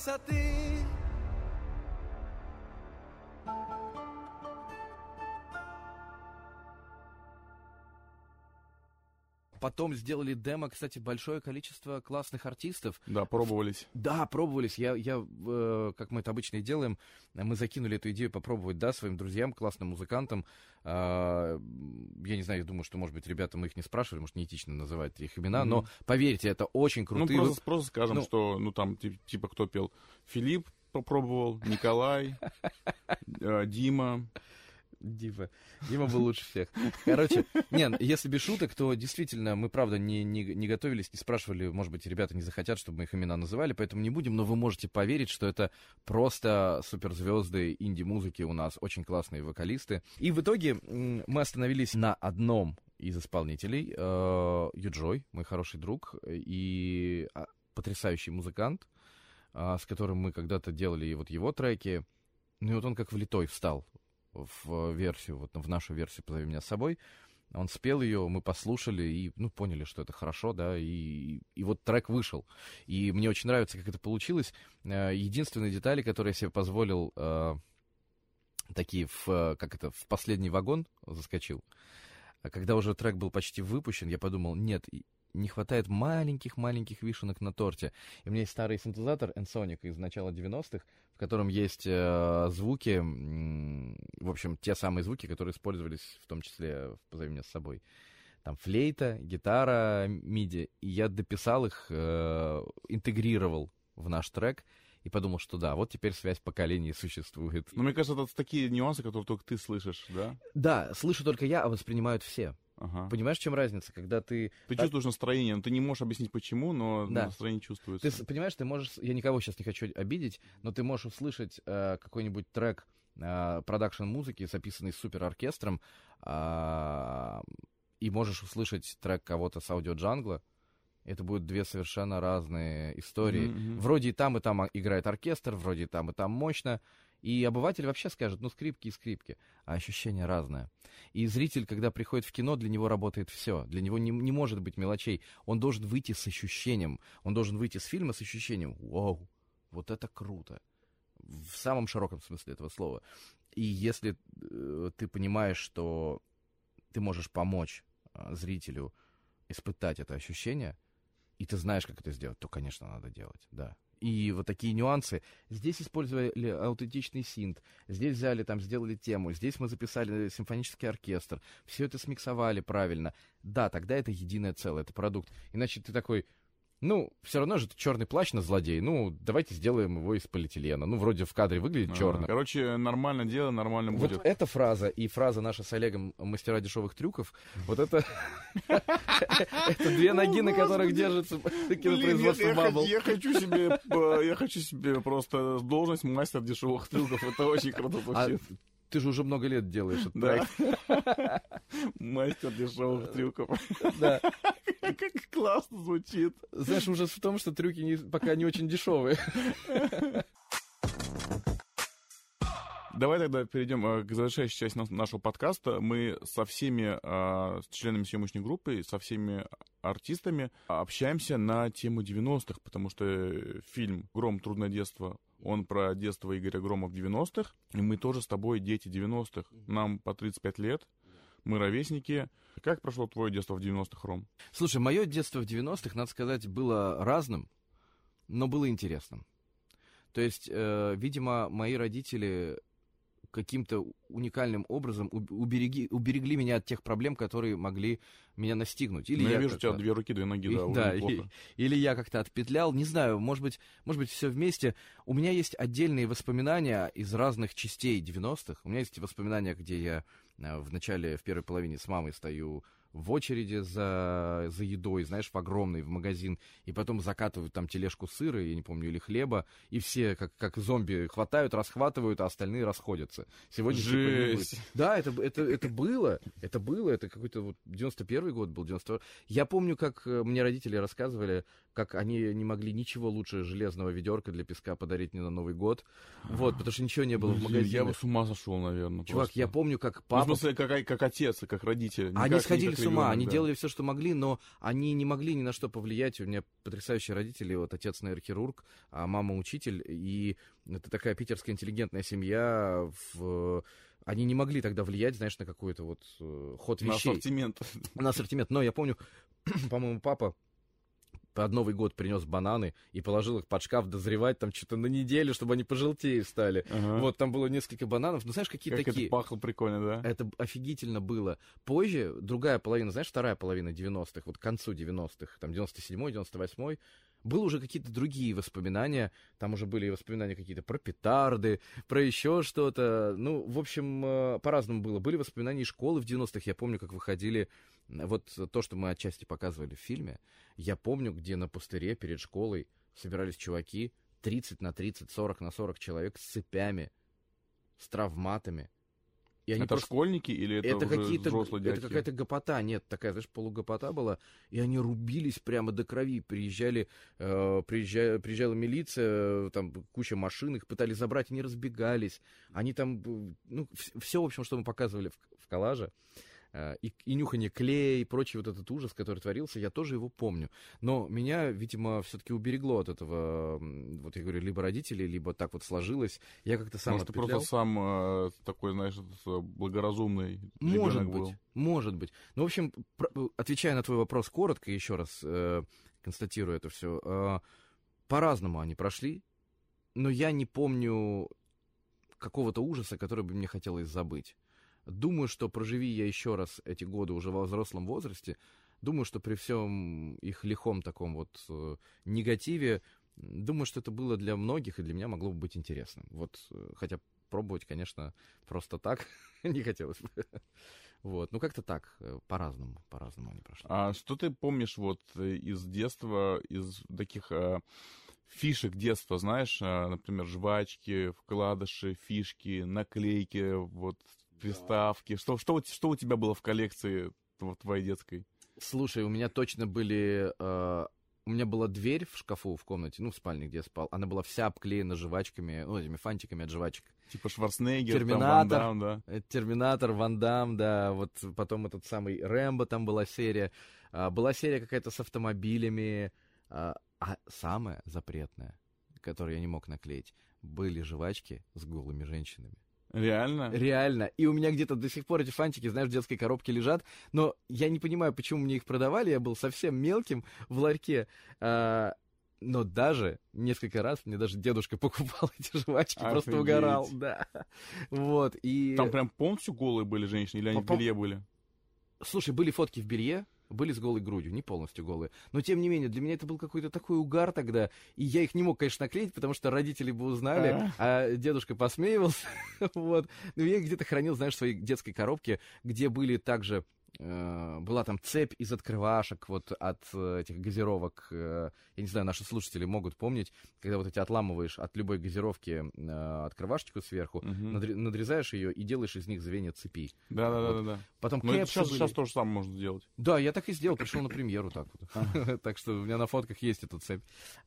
высоты. Потом сделали демо, кстати, большое количество классных артистов. Да, пробовались. Да, пробовались. Я, я э, как мы это обычно и делаем, мы закинули эту идею попробовать, да, своим друзьям, классным музыкантам. Э, я не знаю, я думаю, что, может быть, ребята, мы их не спрашивали, может, неэтично называть их имена, mm-hmm. но, поверьте, это очень крутые... Ну, просто, просто скажем, ну, что, ну, там, типа, кто пел? Филипп попробовал, Николай, Дима... Дима. Дима был лучше всех. Короче, не, если без шуток, то действительно мы, правда, не, не, не готовились, не спрашивали, может быть, ребята не захотят, чтобы мы их имена называли, поэтому не будем, но вы можете поверить, что это просто суперзвезды инди-музыки у нас, очень классные вокалисты. И в итоге мы остановились на одном из исполнителей, э, Юджой, мой хороший друг и потрясающий музыкант, э, с которым мы когда-то делали вот его треки. Ну и вот он как влитой встал в версию, вот в нашу версию «Позови меня с собой». Он спел ее, мы послушали и, ну, поняли, что это хорошо, да, и, и вот трек вышел. И мне очень нравится, как это получилось. Единственные детали, которые я себе позволил, э, такие, в, как это, в последний вагон заскочил. Когда уже трек был почти выпущен, я подумал, нет, не хватает маленьких-маленьких вишенок на торте. И у меня есть старый синтезатор Ensoniq из начала девяностых, в котором есть э, звуки, м- в общем, те самые звуки, которые использовались в том числе в «Позови меня с собой». Там флейта, гитара, миди. И я дописал их, э, интегрировал в наш трек и подумал, что да, вот теперь связь поколений существует. Ну, мне кажется, это такие нюансы, которые только ты слышишь, да? Да, слышу только я, а воспринимают все. Ага. Понимаешь, в чем разница, когда ты... Ты так... чувствуешь настроение, но ты не можешь объяснить, почему, но да. настроение чувствуется. Ты понимаешь, ты можешь... Я никого сейчас не хочу обидеть, но ты можешь услышать э, какой-нибудь трек э, продакшн-музыки, записанный супероркестром, э, и можешь услышать трек кого-то с аудиоджангла. Это будут две совершенно разные истории. Mm-hmm. Вроде и там, и там играет оркестр, вроде и там, и там мощно. И обыватель вообще скажет, ну, скрипки и скрипки, а ощущение разное. И зритель, когда приходит в кино, для него работает все. Для него не, не может быть мелочей. Он должен выйти с ощущением. Он должен выйти с фильма с ощущением. Вау, вот это круто. В самом широком смысле этого слова. И если э, ты понимаешь, что ты можешь помочь э, зрителю испытать это ощущение, и ты знаешь, как это сделать, то, конечно, надо делать, да. И вот такие нюансы. Здесь использовали аутентичный синт, здесь взяли, там, сделали тему, здесь мы записали симфонический оркестр, все это смиксовали правильно. Да, тогда это единое целое, это продукт. Иначе ты такой, ну, все равно же это черный плащ на злодей, ну, давайте сделаем его из полиэтилена. Ну, вроде в кадре выглядит а, черным. Короче, нормально дело, нормально будет. Вот эта фраза и фраза наша с Олегом «Мастера дешевых трюков», вот это... Это две ноги, на которых держится кинопроизводство Баббл. Я хочу себе, я хочу себе просто должность мастер дешевых трюков. Это очень круто звучит. Ты же уже много лет делаешь этот проект. Мастер дешевых трюков. Да. Как классно звучит. Знаешь, ужас в том, что трюки не, пока не очень дешевые. Давай тогда перейдем к завершающей части нашего подкаста. Мы со всеми э, членами съемочной группы, со всеми артистами общаемся на тему девяностых, потому что фильм «Гром. Трудное детство», он про детство Игоря Грома в девяностых, и мы тоже с тобой дети девяностых. Нам по тридцать пять лет, мы ровесники. Как прошло твое детство в девяностых, Ром? Слушай, мое детство в девяностых, надо сказать, было разным, но было интересным. То есть, э, видимо, мои родители каким-то уникальным образом убереги, уберегли меня от тех проблем, которые могли меня настигнуть. Или ну, я, я вижу, у тебя две руки, две ноги, да, и, да и, или я как-то отпетлял, не знаю, может быть, может быть, все вместе. У меня есть отдельные воспоминания из разных частей девяностых. У меня есть воспоминания, где я в начале, в первой половине с мамой стою в очереди за, за едой, знаешь, в огромный, в магазин, и потом закатывают там тележку сыра, я не помню, или хлеба, и все, как, как зомби, хватают, расхватывают, а остальные расходятся. Сегодня Жесть! Типа, да, это, это, это было, это было, это какой-то вот девяносто первый год был, девяносто второй. Я помню, как мне родители рассказывали, как они не могли ничего лучше железного ведерка для песка подарить мне на Новый год, вот, потому что ничего не было в магазине. Я бы с ума сошел, наверное. Чувак, просто. Я помню, как папа... Ну, в смысле, как, как отец, как родители. Они сходили, с ума, ребенок, они да. делали все, что могли, но они не могли ни на что повлиять. У меня потрясающие родители, вот отец нейрохирург, а мама учитель, и это такая питерская интеллигентная семья. В... Они не могли тогда влиять, знаешь, на какой-то вот э, ход На вещей. ассортимент. На ассортимент. Но я помню, по-моему, папа под Новый год принес бананы и положил их под шкаф дозревать там что-то на неделю, чтобы они пожелтее стали. Ага. Вот, там было несколько бананов. Ну, знаешь, какие Как такие... это пахло прикольно, да? Это офигительно было. Позже, другая половина, знаешь, вторая половина девяностых, вот к концу девяностых, там девяносто седьмой, девяносто восьмой, было уже какие-то другие воспоминания. Там уже были воспоминания какие-то про петарды, про еще что-то. Ну, в общем, э, по-разному было. Были воспоминания из школы в девяностых. Я помню, как выходили... Вот то, что мы отчасти показывали в фильме. Я помню, где на пустыре перед школой собирались чуваки тридцать на тридцать, сорок на сорок человек с цепями, с травматами. И они Это просто... школьники или это, Это уже какие-то, взрослые это дядьки? какая-то гопота, нет, такая, знаешь, полугопота была, и они рубились прямо до крови, приезжали, э, приезжали, приезжала милиция, там куча машин, их пытались забрать, они разбегались, они там, ну, все, в общем, что мы показывали в, в коллаже, э, и, и нюхание клея, и прочий вот этот ужас, который творился, я тоже его помню, но меня, видимо, все-таки уберегло от этого, вот я говорю, либо родители, либо так вот сложилось, я как-то сам Может, ты отпетлял. просто сам э, такой, знаешь, благоразумный Может ребенок быть, был. может быть. Ну, в общем, про- отвечая на твой вопрос коротко, еще раз э, констатирую это все, э, по-разному они прошли, но я не помню какого-то ужаса, который бы мне хотелось забыть. Думаю, что проживи я еще раз эти годы уже во взрослом возрасте, думаю, что при всем их лихом таком вот э, негативе, думаю, что это было для многих и для меня могло бы быть интересным. Вот, э, хотя пробовать, конечно, просто так не хотелось бы. Вот, ну как-то так, э, по-разному, по-разному они прошли. А что ты помнишь вот э, из детства, из таких э, фишек детства, знаешь, э, например, жвачки, вкладыши, фишки, наклейки, вот, приставки. Что, что, у- что у тебя было в коллекции в твоей детской? Слушай, у меня точно были... э, у меня была дверь в шкафу в комнате, ну, в спальне, где я спал. Она была вся обклеена жвачками, ну, этими фантиками от жвачек. Типа Шварценеггер, там, Терминатор. Ван Дам, да? Э, Терминатор, Ван Дам, да, вот потом этот самый Рэмбо там была серия. А, была серия какая-то с автомобилями. А, а самая запретная, которую я не мог наклеить, были жвачки с голыми женщинами. Реально? Реально. И у меня где-то до сих пор эти фантики, знаешь, в детской коробке лежат. Но я не понимаю, почему мне их продавали. Я был совсем мелким в ларьке. А, но даже несколько раз мне даже дедушка покупал эти жвачки. Просто Офигеть. угорал. Да. Вот. И... Там прям полностью голые были женщины или они в Попал- белье были? Слушай, были фотки в белье, были с голой грудью, не полностью голые. Но, тем не менее, для меня это был какой-то такой угар тогда. И я их не мог, конечно, наклеить, потому что родители бы узнали, а дедушка посмеивался. Вот. Но я их где-то хранил, знаешь, в своей детской коробке, где были также... э, была там цепь из открывашек, вот от э, этих газировок. э, я не знаю, наши слушатели могут помнить, когда вот эти отламываешь от любой газировки э, открывашечку сверху, Мгм. надре- надрезаешь ее и делаешь из них звенья цепи. Да-да-да. Потом Ну, это кэпсы сейчас, были. сейчас то же самое можно сделать. Да, я так и сделал, пришел на премьеру так вот. Так что у меня на фотках есть эта цепь.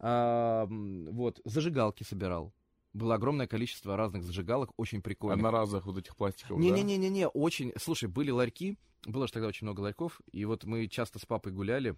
А, м, Вот, зажигалки собирал. Было огромное количество разных зажигалок, очень прикольных. Одноразовых вот этих пластиковых, да? Не-не-не-не, очень... Слушай, были ларьки, было же тогда очень много ларьков, и вот мы часто с папой гуляли,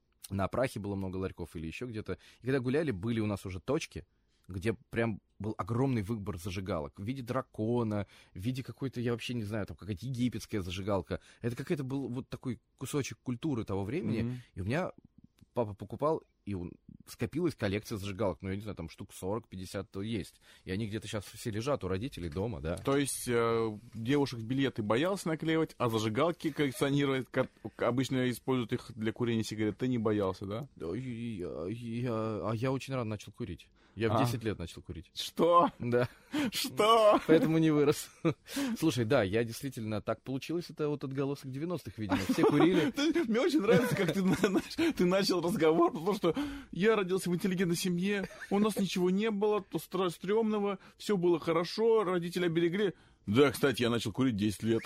на Прахе было много ларьков или еще где-то, и когда гуляли, были у нас уже точки, где прям был огромный выбор зажигалок в виде дракона, в виде какой-то, я вообще не знаю, там какая-то египетская зажигалка. Это какой-то был вот такой кусочек культуры того времени, Мгм. и у меня папа покупал, и он... скопилась коллекция зажигалок, ну, я не знаю, там штук сорок-пятьдесят то есть. И они где-то сейчас все лежат у родителей дома, да. То есть э, девушек билет ты боялся наклеивать, а зажигалки коллекционировать, ко- обычно используют их для курения сигарет, ты не боялся, да? Да, я- я- а я очень рано начал курить. Я в А. десять лет начал курить. Что? Да. Что? Поэтому не вырос. Слушай, да, я действительно так получилось, это вот отголосок девяностых, видимо. Все курили. Ты- Мне очень нравится, как ты, на- на- ты начал разговор, потому что я родился в интеллигентной семье, у нас ничего не было, то стра- стрёмного, все было хорошо, родители оберегли. Да, кстати, я начал курить десять лет.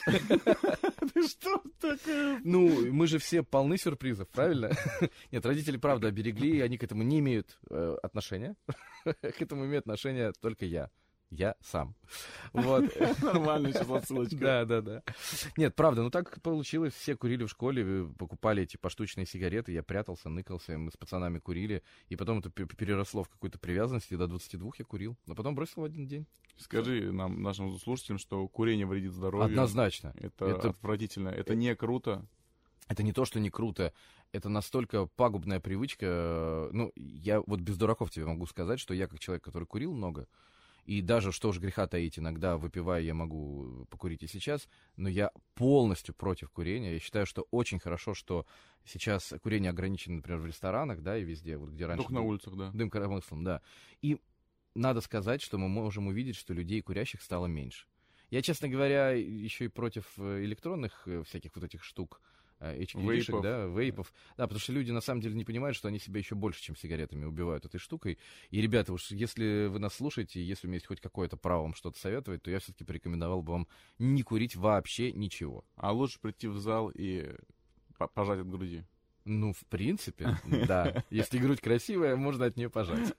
Ты что такое? Ну, мы же все полны сюрпризов, правильно? Нет, родители, правда, оберегли, они к этому не имеют э, отношения. К этому имею отношение только я. Я сам. Вот. Нормально сейчас отсылочка. Да, да, да. Нет, правда, ну так получилось. Все курили в школе, покупали эти поштучные сигареты. Я прятался, ныкался, мы с пацанами курили. И потом это переросло в какую-то привязанность. И до двадцати двух я курил. Но потом бросил в один день. Скажи нам, нашим слушателям, что курение вредит здоровью. Однозначно. Это, это отвратительно. Это не круто. Это не то, что не круто. Это настолько пагубная привычка. Ну, я вот без дураков тебе могу сказать, что я как человек, который курил много, и даже, что уж греха таить, иногда выпивая, я могу покурить и сейчас, но я полностью против курения. Я считаю, что очень хорошо, что сейчас курение ограничено, например, в ресторанах, да, и везде, вот где раньше... Только на улицах, да. Дым коромыслом, да. И надо сказать, что мы можем увидеть, что людей курящих стало меньше. Я, честно говоря, еще и против электронных всяких вот этих штук, эйч ки ди-шек, да, вейпов. Да, потому что люди на самом деле не понимают, что они себя еще больше, чем сигаретами, убивают этой штукой. И, ребята, уж если вы нас слушаете, если у меня есть хоть какое-то право вам что-то советовать, то я все-таки порекомендовал бы вам не курить вообще ничего. А лучше прийти в зал и пожать от груди. Ну, в принципе, да. Если грудь красивая, можно от нее пожать.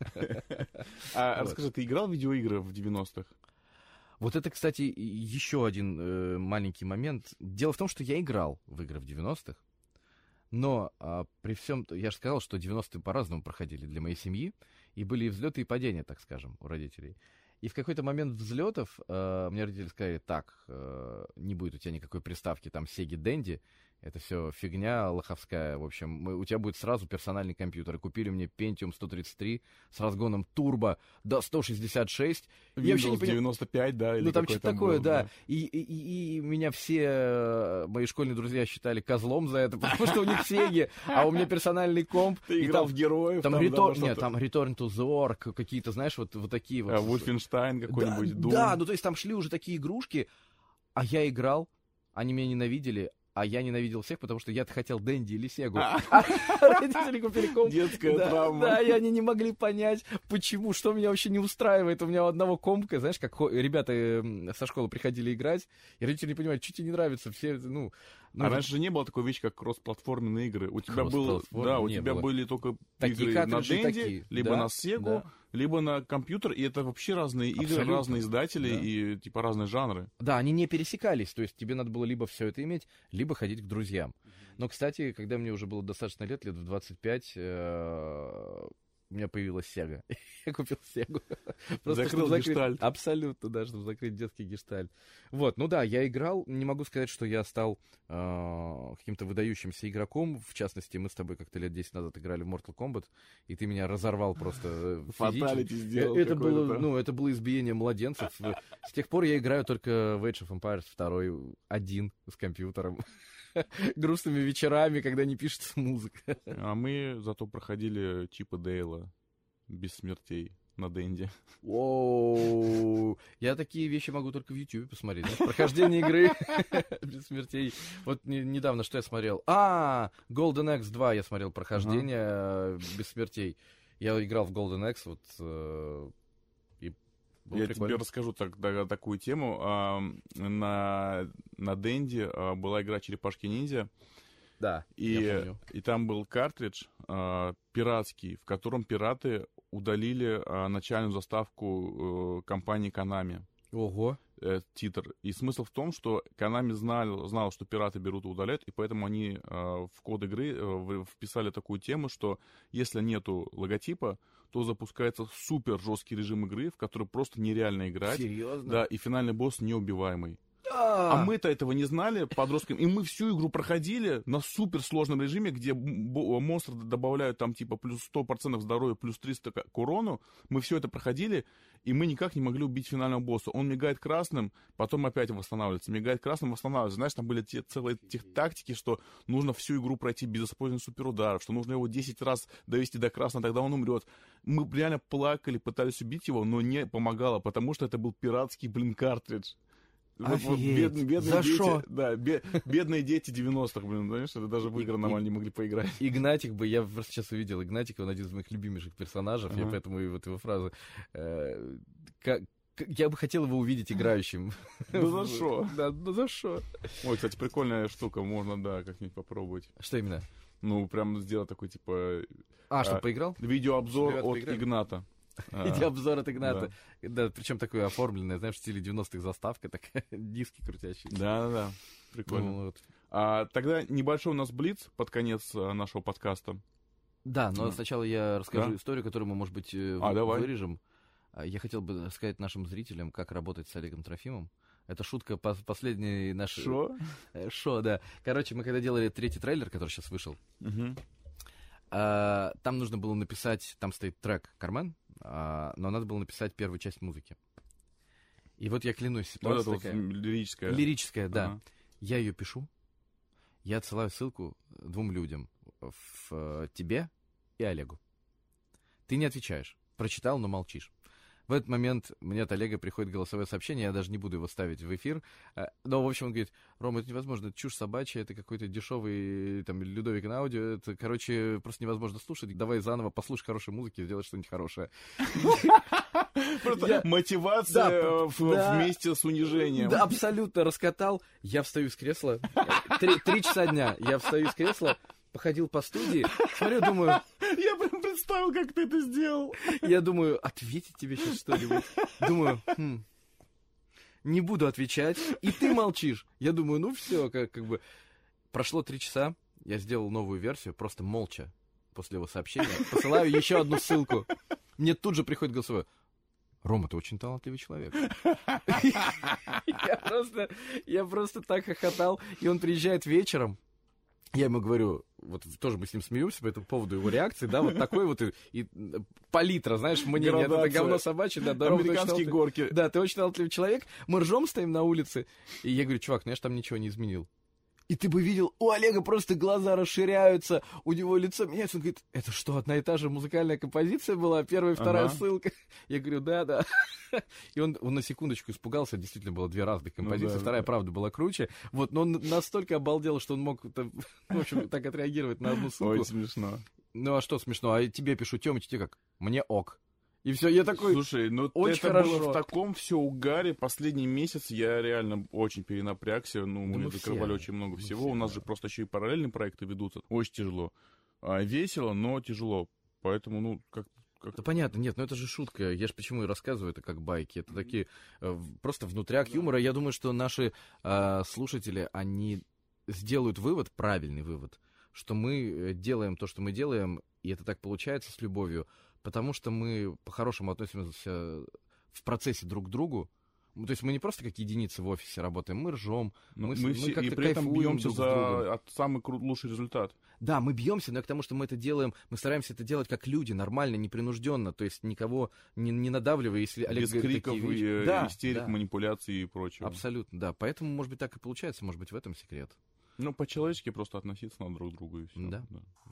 А расскажи, ты играл в видеоигры в девяностых? Вот это, кстати, еще один э, маленький момент. Дело в том, что я играл в игры в девяностых, но а, при всем... Я же сказал, что девяностые по-разному проходили для моей семьи, и были и взлеты, и падения, так скажем, у родителей. И в какой-то момент взлетов э, мне родители сказали, так, э, не будет у тебя никакой приставки, там, Sega Dendy, это все фигня лоховская. В общем, мы, у тебя будет сразу персональный компьютер. И купили мне Pentium сто тридцать три с разгоном турбо до сто шестьдесят шесть. Windows я вообще не поним... девяносто пять, да? Или ну, там что-то такое, был, да. да. И, и, и, и меня все мои школьные друзья считали козлом за это, потому что у них Сеги, а у меня персональный комп. Ты играл в героев? Там Return, нет, там Return to the Orc, какие-то, знаешь, вот, вот такие вот. А, Wolfenstein какой-нибудь, Doom. Да, ну то есть там шли уже такие игрушки, а я играл, они меня ненавидели. А я ненавидел всех, потому что я-то хотел Дэнди или Сегу. А родители купили комп. Детская травма. Да, и они не могли понять, почему, что меня вообще не устраивает. У меня у одного компа, знаешь, как ребята со школы приходили играть, и родители не понимают, что тебе не нравится. Все, ну... А раньше же не было такой вещи, как кросс-платформенные игры. У тебя было, да, у тебя были только игры на Дэнди, либо на Сегу, либо на компьютер, и это вообще разные игры, разные издатели и типа разные жанры. Да, они не пересекались, то есть тебе надо было либо все это иметь, либо ходить к друзьям. Но, кстати, когда мне уже было достаточно лет, лет в двадцать пять, у меня появилась Сега. Я купил Сегу. Просто закрыл закрыть... гештальт. Абсолютно, да, чтобы закрыть детский гештальт. Вот, ну да, я играл. Не могу сказать, что я стал э, каким-то выдающимся игроком. В частности, мы с тобой как-то лет десять назад играли в Mortal Kombat, и ты меня разорвал просто фаталити сделал. Это было, ну, это было избиение младенцев. С тех пор я играю только в Age of Empires два, один с компьютером. Грустными вечерами, когда не пишется музыка. А мы зато проходили Чипа Дейла без смертей на Денди. Оу, я такие вещи могу только в Ютубе посмотреть. Знаешь, прохождение игры без смертей. Вот не, недавно что я смотрел? А, Golden Axe два я смотрел прохождение ага. без смертей. Я играл в Golden Axe, вот... Э, Было Я прикольно. Тебе расскажу так, да, такую тему. А, на, на Денди а, была игра «Черепашки-ниндзя». Да, и, я помню. И там был картридж а, пиратский, в котором пираты удалили а, начальную заставку а, компании Konami. Ого. Э, титр. И смысл в том, что Konami знал, знал, что пираты берут и удаляют, и поэтому они а, в код игры а, вписали такую тему, что если нету логотипа, то запускается супер жесткий режим игры, в который просто нереально играть. Серьезно? Да, и финальный босс неубиваемый. А, а мы-то этого не знали подростками, и мы всю игру проходили на супер сложном режиме, где монстры добавляют там типа плюс сто процентов здоровья, плюс триста к урону. Мы все это проходили, и мы никак не могли убить финального босса. Он мигает красным, потом опять восстанавливается, мигает красным, восстанавливается. Знаешь, там были те, целые тех тактики, что нужно всю игру пройти без использования суперударов, что нужно его десять раз довести до красного, тогда он умрет. Мы реально плакали, пытались убить его, но не помогало, потому что это был пиратский, блин, картридж. Вот, вот, бед, бедные За дети, шо? да, бед, бедные дети девяностых, блин, знаешь, это даже в игры нормально не могли поиграть. Игнатик бы, я просто сейчас увидел Игнатика, он один из моих любимейших персонажей, uh-huh. я поэтому и вот его фразу, э, как, я бы хотел его увидеть играющим. Да за шо? Да, да за шо? Ой, кстати, прикольная штука, можно, да, как-нибудь попробовать. Что именно? Ну, прям сделать такой, типа... А, чтобы поиграл? Видеообзор от Игната. Видеообзор от Игната. Да, причем такое оформленное, знаешь, в стиле девяностых заставка, такая, диски крутящие. Да-да-да, прикольно. Ну, вот. А, тогда небольшой у нас блиц под конец а, нашего подкаста. Да, но Да. сначала я расскажу Да? историю, которую мы, может быть, э, А, вы- давай. вырежем. А, Я хотел бы сказать нашим зрителям, как работать с Олегом Трофимом. Это шутка по последней нашей... Шо? Э, Шо, да. Короче, мы когда делали третий трейлер, который сейчас вышел, Мгм. а, там нужно было написать, там стоит трек «Кармен», а, но надо было написать первую часть музыки. И вот я клянусь, Вот ситуация это вот такая... лирическое. Лирическая, да. Ага. Я ее пишу, я отсылаю ссылку двум людям, в, э, тебе и Олегу. Ты не отвечаешь. Прочитал, но молчишь. В этот момент мне от Олега приходит голосовое сообщение, я даже не буду его ставить в эфир. э, Но, в общем, он говорит: Рома, это невозможно, это чушь собачья, это какой-то дешевый там Людовик на аудио, это, короче, просто невозможно слушать. Давай заново послушай хорошей музыки, сделай что-нибудь хорошее. Просто Я- мотивация Да, э, в- да. вместе с унижением. Да, абсолютно раскатал. Я встаю из кресла. Три, три часа дня. Я встаю из кресла, походил по студии, смотрю, думаю, Я прям представил, как ты это сделал. я думаю, ответить тебе сейчас что-нибудь. Думаю, хм, не буду отвечать, и ты молчишь. Я думаю, ну все, как, как бы. Прошло три часа, я сделал новую версию, просто молча, после его сообщения. Посылаю еще одну ссылку. Мне тут же приходит голосовое: Рома, ты очень талантливый человек. Я просто, я просто так хохотал. И он приезжает вечером. Я ему говорю, вот тоже мы с ним смеемся по этому поводу его реакции, да, вот такой вот и, и палитра, знаешь, мнение, это Градация. говно собачье, да, да, Рома, ты очень Американские талантлив- горки. да, ты очень талантливый человек. Мы ржем, стоим на улице. И я говорю: чувак, ну я ж там ничего не изменил. И ты бы видел, у Олега просто глаза расширяются, у него лицо меняется. Он говорит: это что, одна и та же музыкальная композиция была, первая и вторая Ага. ссылка? Я говорю: да, да. И он, он на секундочку испугался, действительно было две разных композиции, да, вторая, да. правда, была круче. Вот, но он настолько обалдел, что он мог, там, в общем, так отреагировать на одну ссылку. Ой, смешно. Ну а что смешно? А тебе пишу: Тёмыч, тебе как? Мне ок. И все, я такой... Слушай, ну очень это хорошо. было в таком все угаре. Последний месяц я реально очень перенапрягся. Ну, Да мы мы закрывали все. очень много Мы всего. все, У нас да. же просто еще и параллельные проекты ведутся. Очень тяжело. А, весело, но тяжело. Поэтому, ну, как... как... Да понятно, нет, ну это же шутка. Я же почему и рассказываю это как байки. Это такие э, в- просто внутряк юмора. Я думаю, что наши э, слушатели, они сделают вывод, правильный вывод, что мы э, делаем то, что мы делаем, и это так получается с любовью, потому что мы по-хорошему относимся в процессе друг к другу. Ну, то есть мы не просто как единицы в офисе работаем, мы ржем, Ну, мы, с- мы мы все, и как-то при этом кайфуем бьемся друг с другом. за от самый кру- лучший результат. Да, мы бьемся, но я к тому, что мы это делаем, мы стараемся это делать как люди, нормально, непринужденно, то есть никого не, не надавливая, если Олег Без говорит криков, такие и, вещи. э, Да, истерик, да, манипуляций и прочего. абсолютно, да. Поэтому, может быть, так и получается, может быть, в этом секрет. Ну, по-человечески просто относиться надо друг к другу и все. Да.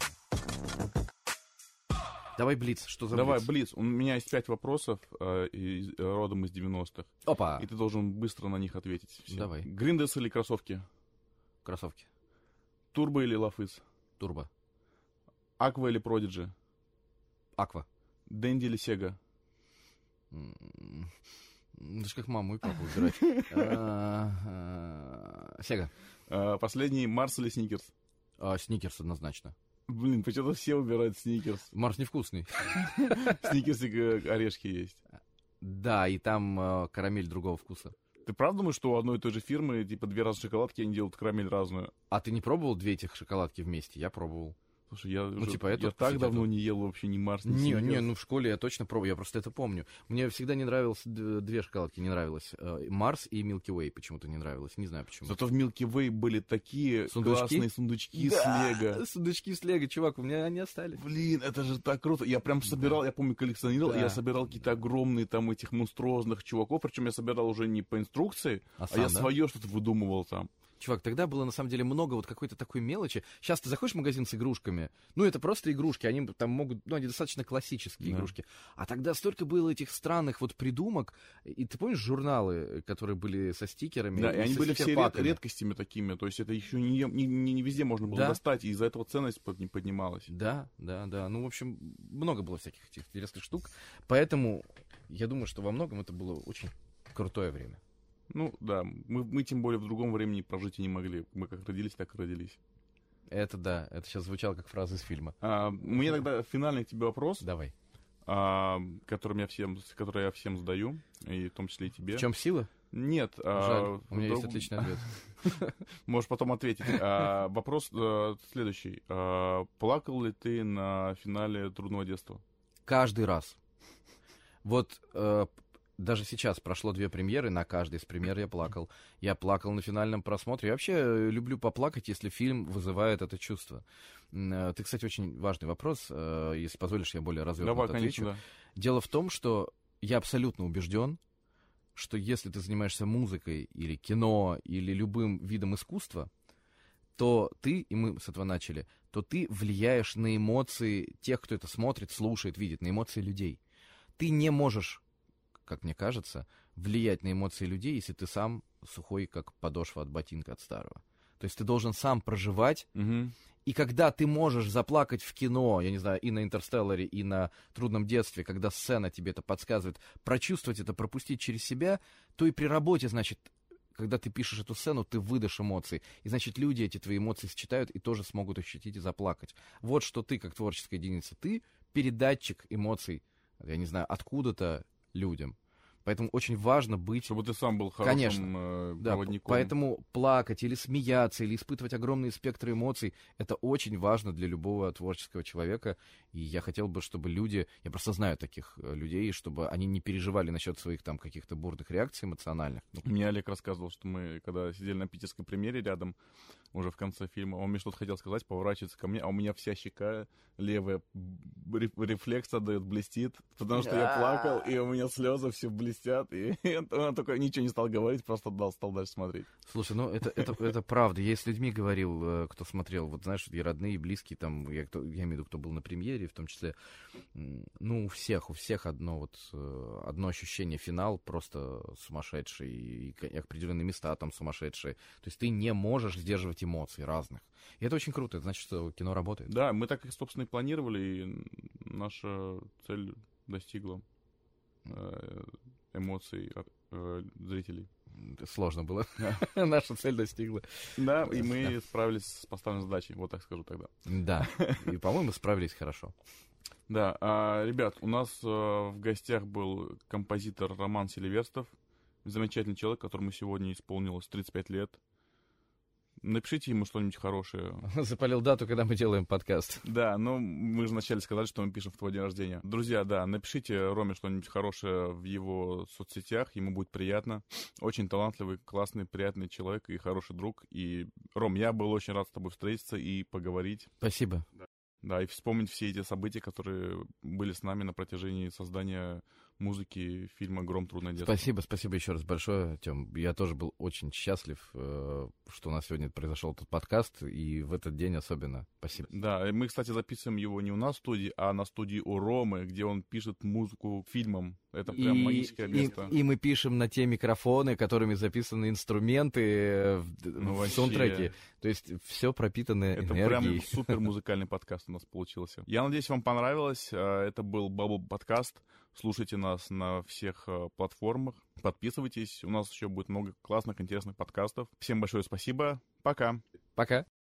Давай блиц, что за Давай, блиц? Блиц, у меня есть пять вопросов э, из- э, родом из девяностых. Опа, И ты должен быстро на них ответить. Все. Давай. Гриндес или кроссовки? кроссовки, Турбо или Лафыс? турбо, Аква или Продиджи? аква. Дэнди или Сега? М, Это ж как маму и папу выбирать. А, а, Сега. А, последний, Марс или Сникерс? А, Сникерс однозначно. Блин, почему-то все выбирают Сникерс. Марс невкусный. В Сникерсе э, орешки есть. Да, и там э, карамель другого вкуса. Ты правда думаешь, что у одной и той же фирмы, типа, две разные шоколадки, они делают карамель разную? А ты не пробовал две этих шоколадки вместе? Я пробовал. Слушай, я, уже- типа, я это так вкусить давно это. не ел вообще ни Марс, ни Не, Сникерс. не, ну в школе я точно пробовал, я просто это помню. Мне всегда не нравилось, д- две шоколадки не нравилось. Э, Марс и Milky Way почему-то не нравилось, не знаю почему. Зато в Milky Way были такие Сундучки? классные сундучки Да, с Лего. сундучки с Лего, чувак, у меня они остались. Блин, это же так круто. Я прям собирал, я помню, коллекционировал, Да. я собирал какие-то огромные там этих монструозных чуваков, причем я собирал уже не по инструкции, А а, сам, я да? свое что-то выдумывал там. Чувак, тогда было на самом деле много вот какой-то такой мелочи. Сейчас ты заходишь в магазин с игрушками, ну это просто игрушки, они там могут, ну они достаточно классические Да. игрушки. А тогда столько было этих странных вот придумок. И ты помнишь журналы, которые были со стикерами? Да, и они со были все ред- стикер-паками? редкостями такими, то есть это еще не, не, не- не везде можно было Да. достать, и из-за этого ценность под- поднималась. Да, да, да. Ну, в общем, много было всяких этих интересных штук. Поэтому я думаю, что во многом это было очень крутое время. Ну да, мы, мы тем более в другом времени прожить и не могли. Мы как родились, так и родились. Это да, это сейчас звучало как фраза из фильма. А, у меня тогда финальный к тебе вопрос. Давай. а, которым я всем, который я всем задаю, и в том числе и тебе. В чем сила? Нет. Жаль, а, у меня друг... есть отличный ответ. Можешь потом ответить. А, вопрос а, следующий. А, плакал ли ты на финале «Трудного детства»? Каждый раз. Вот э, даже сейчас прошло две премьеры, на каждой из премьер я плакал. Я плакал на финальном просмотре. Я вообще люблю поплакать, если фильм вызывает это чувство. Э, ты, кстати, очень важный вопрос. Э, если позволишь, я более развернуто Давай, отвечу. конечно, да. Дело в том, что я абсолютно убежден, что если ты занимаешься музыкой или кино, или любым видом искусства, то ты, и мы с этого начали, то ты влияешь на эмоции тех, кто это смотрит, слушает, видит, на эмоции людей. Ты не можешь, как мне кажется, влиять на эмоции людей, если ты сам сухой, как подошва от ботинка от старого. То есть ты должен сам проживать, Угу. и когда ты можешь заплакать в кино, я не знаю, и на «Интерстелларе», и на «Трудном детстве», когда сцена тебе это подсказывает, прочувствовать это, пропустить через себя, то и при работе, значит, когда ты пишешь эту сцену, ты выдашь эмоции. И, значит, люди эти твои эмоции считают и тоже смогут ощутить и заплакать. Вот что ты, как творческая единица, ты передатчик эмоций, я не знаю, откуда-то людям. Поэтому очень важно быть... Чтобы ты сам был хорошим Конечно. э, Да, проводником. поэтому плакать или смеяться, или испытывать огромные спектры эмоций, это очень важно для любого творческого человека. И я хотел бы, чтобы люди, я просто знаю таких э, людей, чтобы они не переживали насчет своих там каких-то бурных реакций эмоциональных. Мне Олег рассказывал, что мы, когда сидели на питерской премьере рядом, уже в конце фильма, он мне что-то хотел сказать, поворачивается ко мне, а у меня вся щека левая рефлекс отдает, блестит, потому что я плакал, и у меня слезы все блестят, и он только ничего не стал говорить, просто дал, стал дальше смотреть. Слушай, ну это, это, это правда. Я с людьми говорил, э, кто смотрел, вот знаешь, и родные, и близкие, там, я, кто, я имею в виду, кто был на премьере, в том числе, м, ну, у всех, у всех одно вот, э, одно ощущение, финал просто сумасшедший, и, и определенные места там сумасшедшие. То есть ты не можешь сдерживать эмоций разных. И это очень круто, это значит, что кино работает. Да, мы так, собственно, и планировали, и наша цель достигла э, эмоций от э, зрителей. Сложно было. Наша цель достигла. Да, и мы справились с поставленной задачей, вот так скажу тогда. Да, и, по-моему, справились хорошо. Да, а, ребят, у нас а, в гостях был композитор Роман Селиверстов, замечательный человек, которому сегодня исполнилось тридцать пять лет. Напишите ему что-нибудь хорошее. Запалил дату, когда мы делаем подкаст. Да, ну мы же вначале сказали, что мы пишем в твой день рождения. Друзья, да, напишите Роме что-нибудь хорошее в его соцсетях, ему будет приятно. Очень талантливый, классный, приятный человек и хороший друг. И, Ром, я был очень рад с тобой встретиться и поговорить. Спасибо. Да, и вспомнить все эти события, которые были с нами на протяжении создания музыки фильма «Гром. Трудное детство». Спасибо, спасибо еще раз большое, Тём. Я тоже был очень счастлив, э, что у нас сегодня произошел этот подкаст, и в этот день особенно. Спасибо. Да, и мы, кстати, записываем его не у нас в студии, а на студии у Ромы, где он пишет музыку к фильмам. Это прям и, магическое место. И, и мы пишем на те микрофоны, которыми записаны инструменты в, Ну, в вообще. саундтреке. То есть все пропитано Это энергией. прям супер музыкальный подкаст у нас получился. Я надеюсь, вам понравилось. Это был Bubble подкаст. Слушайте нас на всех платформах. Подписывайтесь. У нас еще будет много классных, интересных подкастов. Всем большое спасибо. Пока. Пока.